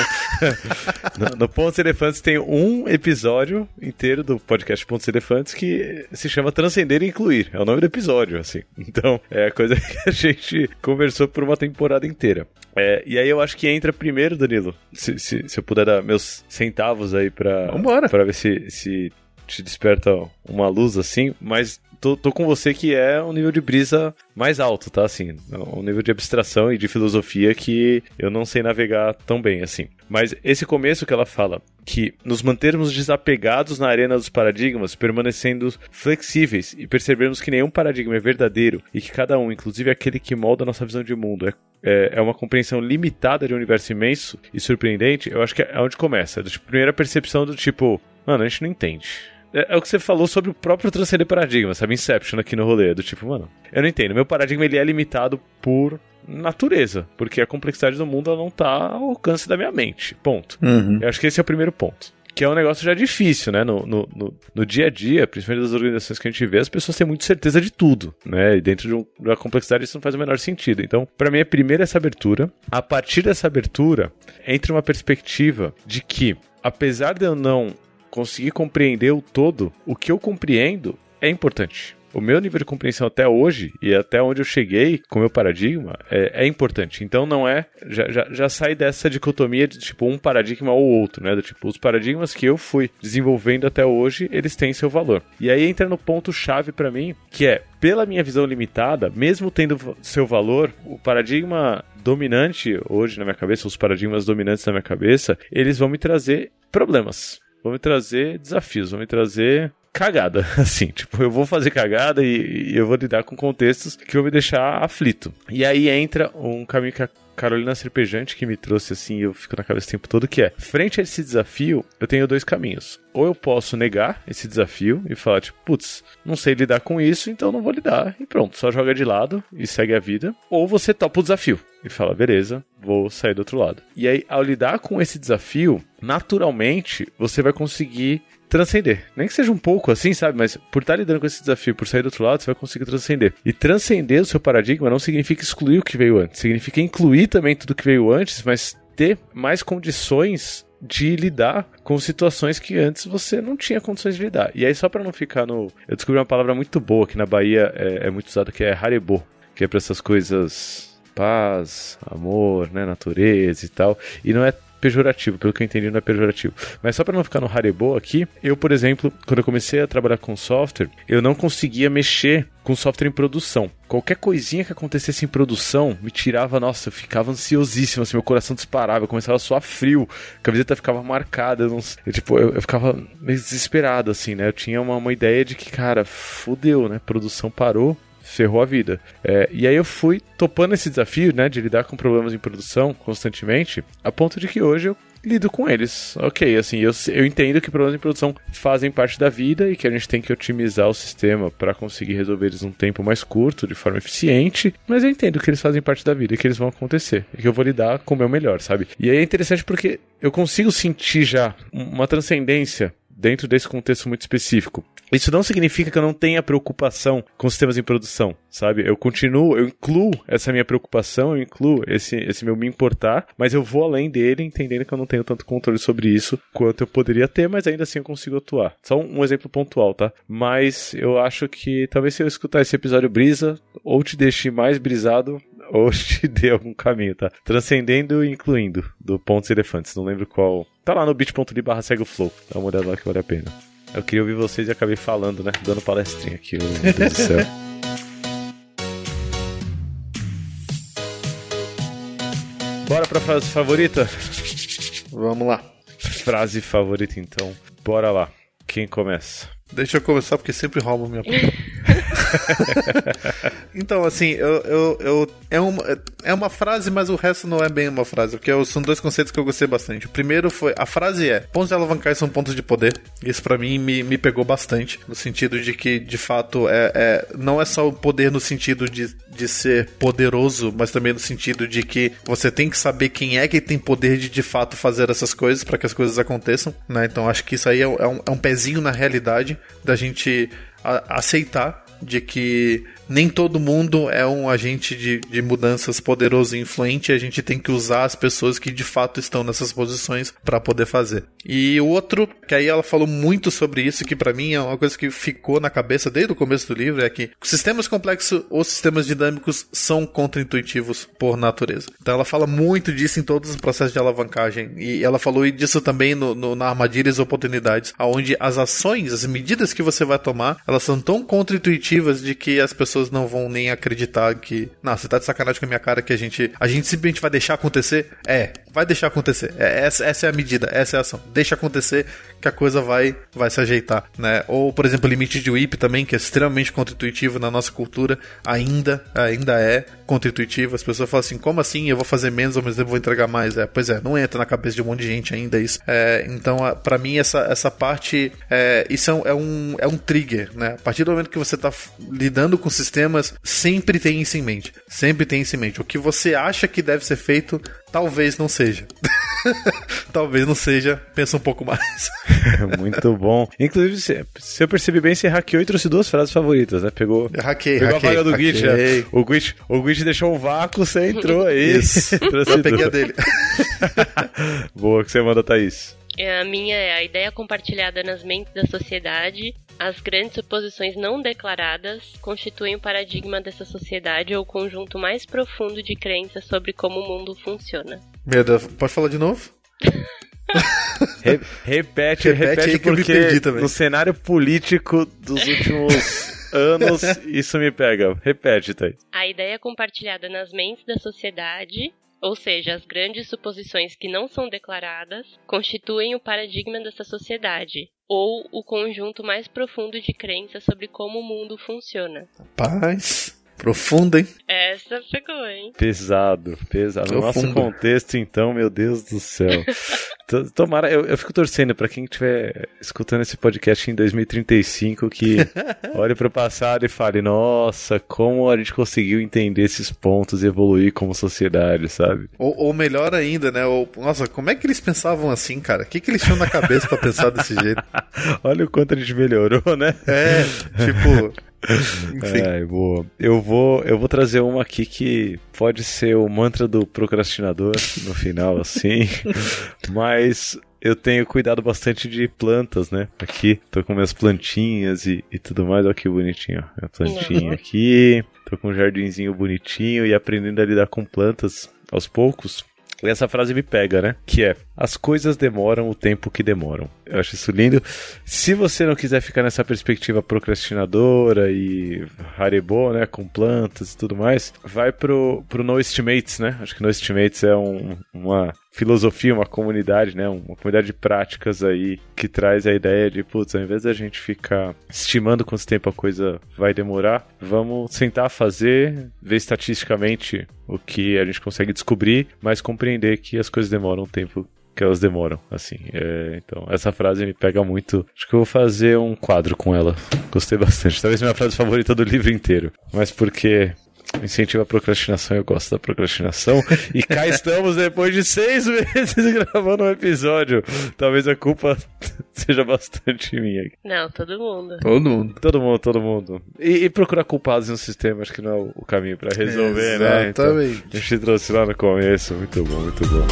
Então, no, no Pontos Elefantes tem um episódio inteiro do podcast Pontos Elefantes que se chama Transcender e Incluir. É o nome do episódio, assim. Então, é a coisa que a gente conversou por uma temporada inteira. É, e aí eu acho que entra primeiro, Danilo, se, se, se eu puder dar meus centavos aí pra, pra ver se, se te desperta uma luz assim, mas tô, tô com você que é um nível de brisa mais alto, tá? Assim, um nível de abstração e de filosofia que eu não sei navegar tão bem, assim. Mas esse começo que ela fala, que nos mantermos desapegados na arena dos paradigmas, permanecendo flexíveis e percebermos que nenhum paradigma é verdadeiro e que cada um, inclusive aquele que molda a nossa visão de mundo, é, é, é uma compreensão limitada de um universo imenso e surpreendente, eu acho que é onde começa. A primeira percepção do tipo, mano, a gente não entende. É, é o que você falou sobre o próprio transcender paradigma, sabe? Inception aqui no rolê, do tipo, mano, eu não entendo. Meu paradigma, ele é limitado por natureza, porque a complexidade do mundo, ela não tá ao alcance da minha mente, ponto. Uhum. Eu acho que esse é o primeiro ponto. Que é um negócio já difícil, né? No, no, no, no dia a dia, principalmente das organizações que a gente vê, as pessoas têm muita certeza de tudo, né? E dentro de, um, de uma complexidade isso não faz o menor sentido. Então, pra mim, é primeiro essa abertura. A partir dessa abertura, entra uma perspectiva de que, apesar de eu não conseguir compreender o todo, o que eu compreendo é importante. O meu nível de compreensão até hoje, e até onde eu cheguei com o meu paradigma, é, é importante. Então não é... Já, já, já sai dessa dicotomia de tipo um paradigma ou outro, né? Do tipo, os paradigmas que eu fui desenvolvendo até hoje, eles têm seu valor. E aí entra no ponto-chave pra mim, que é, pela minha visão limitada, mesmo tendo seu valor, o paradigma dominante hoje na minha cabeça, os paradigmas dominantes na minha cabeça, eles vão me trazer problemas. Vão me trazer desafios, vão me trazer cagada, assim, tipo, eu vou fazer cagada e, e eu vou lidar com contextos que vão me deixar aflito. E aí entra um caminho que a Carolina Serpejante que me trouxe, assim, eu fico na cabeça o tempo todo, que é, frente a esse desafio, eu tenho dois caminhos. Ou eu posso negar esse desafio e falar, tipo, putz, não sei lidar com isso, então não vou lidar, e pronto, só joga de lado e segue a vida. Ou você topa o desafio e fala, beleza, vou sair do outro lado. E aí, ao lidar com esse desafio, naturalmente, você vai conseguir transcender. Nem que seja um pouco assim, sabe? Mas por estar lidando com esse desafio, por sair do outro lado, você vai conseguir transcender. E transcender o seu paradigma não significa excluir o que veio antes. Significa incluir também tudo que veio antes, mas ter mais condições de lidar com situações que antes você não tinha condições de lidar. E aí, só pra não ficar no... Eu descobri uma palavra muito boa que na Bahia é, é muito usada, que é harebo, que é pra essas coisas paz, amor, né, natureza e tal. E não é pejorativo, pelo que eu entendi não é pejorativo. Mas só para não ficar no harebo aqui, eu, por exemplo, quando eu comecei a trabalhar com software, eu não conseguia mexer com software em produção. Qualquer coisinha que acontecesse em produção me tirava, nossa, eu ficava ansiosíssimo, assim, meu coração disparava, eu começava a suar frio, a camiseta ficava marcada, eu não, eu, tipo, eu, eu ficava meio desesperado, assim, né? Eu tinha uma, uma ideia de que, cara, fudeu, né? Produção parou, ferrou a vida. É, e aí eu fui topando esse desafio, né, de lidar com problemas em produção constantemente, a ponto de que hoje eu lido com eles. Ok, assim, eu, eu entendo que problemas em produção fazem parte da vida e que a gente tem que otimizar o sistema para conseguir resolver eles num tempo mais curto, de forma eficiente, mas eu entendo que eles fazem parte da vida e que eles vão acontecer, e que eu vou lidar com o meu melhor, sabe? E aí é interessante porque eu consigo sentir já uma transcendência dentro desse contexto muito específico. Isso não significa que eu não tenha preocupação com sistemas em produção, sabe? Eu continuo, eu incluo essa minha preocupação, eu incluo esse, esse meu me importar, mas eu vou além dele, entendendo que eu não tenho tanto controle sobre isso quanto eu poderia ter, mas ainda assim eu consigo atuar. Só um, um exemplo pontual, tá? Mas eu acho que talvez se eu escutar esse episódio brisa, ou te deixe mais brisado, ou te dê algum caminho, tá? Transcendendo e incluindo, do Pontos e Elefantes. Não lembro qual. Tá lá no bit.ly barra segue o flow. Dá uma olhada lá que vale a pena. Eu queria ouvir vocês e acabei falando, né? Dando palestrinha aqui, meu Deus do céu. Bora pra frase favorita? Vamos lá. Frase favorita, então. Bora lá. Quem começa? Deixa eu começar, porque sempre roubam minha Então, assim, eu, eu, eu, é, uma, é uma frase, mas o resto não é bem uma frase, porque eu, são dois conceitos que eu gostei bastante. O primeiro foi, a frase é, pontos de alavancagem são pontos de poder. Isso pra mim me, me pegou bastante, no sentido de que, de fato, é, é, não é só o poder no sentido de, de ser poderoso, mas também no sentido de que você tem que saber quem é que tem poder de, de fato, fazer essas coisas para que as coisas aconteçam, né? Então, acho que isso aí é, é, um, é um pezinho na realidade da gente a, aceitar de que nem todo mundo é um agente de, de mudanças poderoso e influente, e a gente tem que usar as pessoas que de fato estão nessas posições para poder fazer. E o outro, que aí ela falou muito sobre isso, que para mim é uma coisa que ficou na cabeça desde o começo do livro, é que sistemas complexos ou sistemas dinâmicos são contraintuitivos por natureza. Então ela fala muito disso em todos os processos de alavancagem, e ela falou disso também no, no, na Armadilhas e Oportunidades, onde as ações, as medidas que você vai tomar, elas são tão contraintuitivas de que as pessoas não vão nem acreditar que, não, você tá de sacanagem com a minha cara que a gente, a gente simplesmente vai deixar acontecer. É, vai deixar acontecer. É, essa, essa é a medida, essa é a ação. Deixa acontecer que a coisa vai, vai se ajeitar, né? Ou, por exemplo, o limite de W I P também, que é extremamente contraintuitivo na nossa cultura, ainda, ainda é contraintuitivo. As pessoas falam assim, como assim? Eu vou fazer menos, ao mesmo tempo vou entregar mais. É, pois é, não entra na cabeça de um monte de gente ainda isso. É, então, pra mim, essa, essa parte, é, isso é um, é, um, é um trigger, né? A partir do momento que você tá lidando com sistemas, sempre tem isso em mente. Sempre tem isso em mente. O que você acha que deve ser feito, talvez não seja. Talvez não seja. Pensa um pouco mais. Muito bom. Inclusive, se, se eu percebi bem, você hackeou e trouxe duas frases favoritas, né? Pegou, eu hackei, pegou hackei, a vaga do hackei. Git, né? O Git, o Git deixou um vácuo, você entrou aí. Isso. Eu peguei a dele. Boa, que você manda, Thaís. A minha é a ideia compartilhada nas mentes da sociedade. As grandes suposições não declaradas constituem o paradigma dessa sociedade ou o conjunto mais profundo de crenças sobre como o mundo funciona. Meu Deus, pode falar de novo? Re- repete, repete, repete porque no cenário político dos últimos anos isso me pega. Repete, Thaís. A ideia compartilhada nas mentes da sociedade, ou seja, as grandes suposições que não são declaradas, constituem o paradigma dessa sociedade, ou o conjunto mais profundo de crenças sobre como o mundo funciona. Paz, profundo, hein? Essa pegou, hein? Pesado, pesado. Profundo. No nosso contexto, então, meu Deus do céu. Tomara, eu, eu fico torcendo pra quem estiver escutando esse podcast em dois mil e trinta e cinco que olhe pro passado e fale, nossa, como a gente conseguiu entender esses pontos e evoluir como sociedade, sabe? Ou, ou melhor ainda, né? Ou, nossa, como é que eles pensavam assim, cara? O que, que eles tinham na cabeça pra pensar desse jeito? Olha o quanto a gente melhorou, né? É, tipo... Enfim. É, boa. Eu vou, eu vou trazer uma aqui que pode ser o mantra do procrastinador no final, assim, mas eu tenho cuidado bastante de plantas, né? Aqui, tô com minhas plantinhas e, e tudo mais. Olha que bonitinho, ó. Minha plantinha aqui, tô com um jardinzinho bonitinho e aprendendo a lidar com plantas aos poucos. E essa frase me pega, né? Que é, as coisas demoram o tempo que demoram. Eu acho isso lindo. Se você não quiser ficar nessa perspectiva procrastinadora e harebô, né? Com plantas e tudo mais, vai pro, pro No Estimates, né? Acho que No Estimates é um, uma filosofia, uma comunidade, né? Uma comunidade de práticas aí que traz a ideia de, putz, ao invés da gente ficar estimando quanto tempo a coisa vai demorar, vamos sentar a fazer, ver estatisticamente o que a gente consegue descobrir, mas compreender que as coisas demoram um tempo que elas demoram, assim. É, então, essa frase me pega muito. Acho que eu vou fazer um quadro com ela. Gostei bastante. Talvez minha frase favorita do livro inteiro. Mas porque incentiva a procrastinação, eu gosto da procrastinação. E cá estamos depois de seis meses gravando um episódio. Talvez a culpa seja bastante minha. Não, todo mundo. Todo mundo. Todo mundo, todo mundo. E, e procurar culpados no sistema, acho que não é o, o caminho pra resolver, né? Exatamente. Então, a gente trouxe lá no começo. Muito bom, muito bom.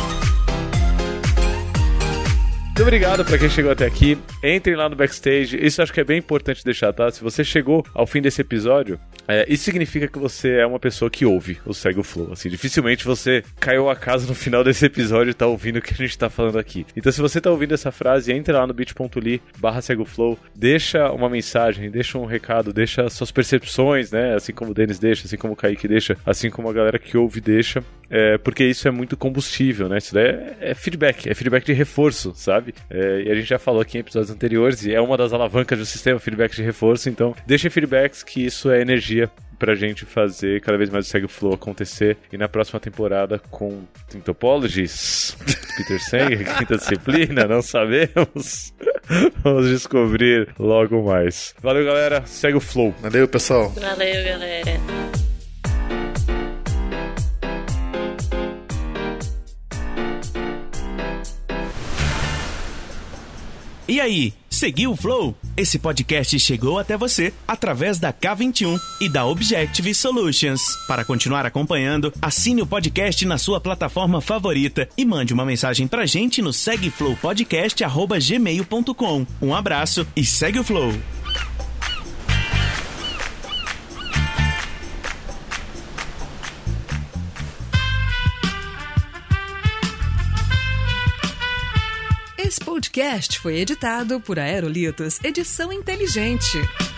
Muito obrigado pra quem chegou até aqui. Entrem lá no backstage. Isso acho que é bem importante deixar, tá? Se você chegou ao fim desse episódio, é, isso significa que você é uma pessoa que ouve o Segue o Flow. Assim, dificilmente você caiu a casa no final desse episódio e tá ouvindo o que a gente tá falando aqui. Então, se você tá ouvindo essa frase, entra lá no bit.ly barra Segue o Flow, deixa uma mensagem, deixa um recado, deixa suas percepções, né? Assim como o Denis deixa, assim como o Kaique deixa, assim como a galera que ouve deixa. É, porque isso é muito combustível, né? Isso daí é, é feedback, é feedback de reforço, sabe? É, e a gente já falou aqui em episódios anteriores, e é uma das alavancas do sistema, feedback de reforço. Então, deixem feedbacks, que isso é energia pra gente fazer cada vez mais o Segue o Flow acontecer. E na próxima temporada com Topologies, Peter Sanger, quinta disciplina, não sabemos. Vamos descobrir logo mais. Valeu, galera. Segue o Flow. Valeu, pessoal. Valeu, galera. E aí, seguiu o Flow? Esse podcast chegou até você através da K vinte e um e da Objective Solutions. Para continuar acompanhando, assine o podcast na sua plataforma favorita e mande uma mensagem pra gente no segueflowpodcast arroba gmail ponto com. Um abraço e segue o Flow! Esse podcast foi editado por Aerolitos Edição Inteligente.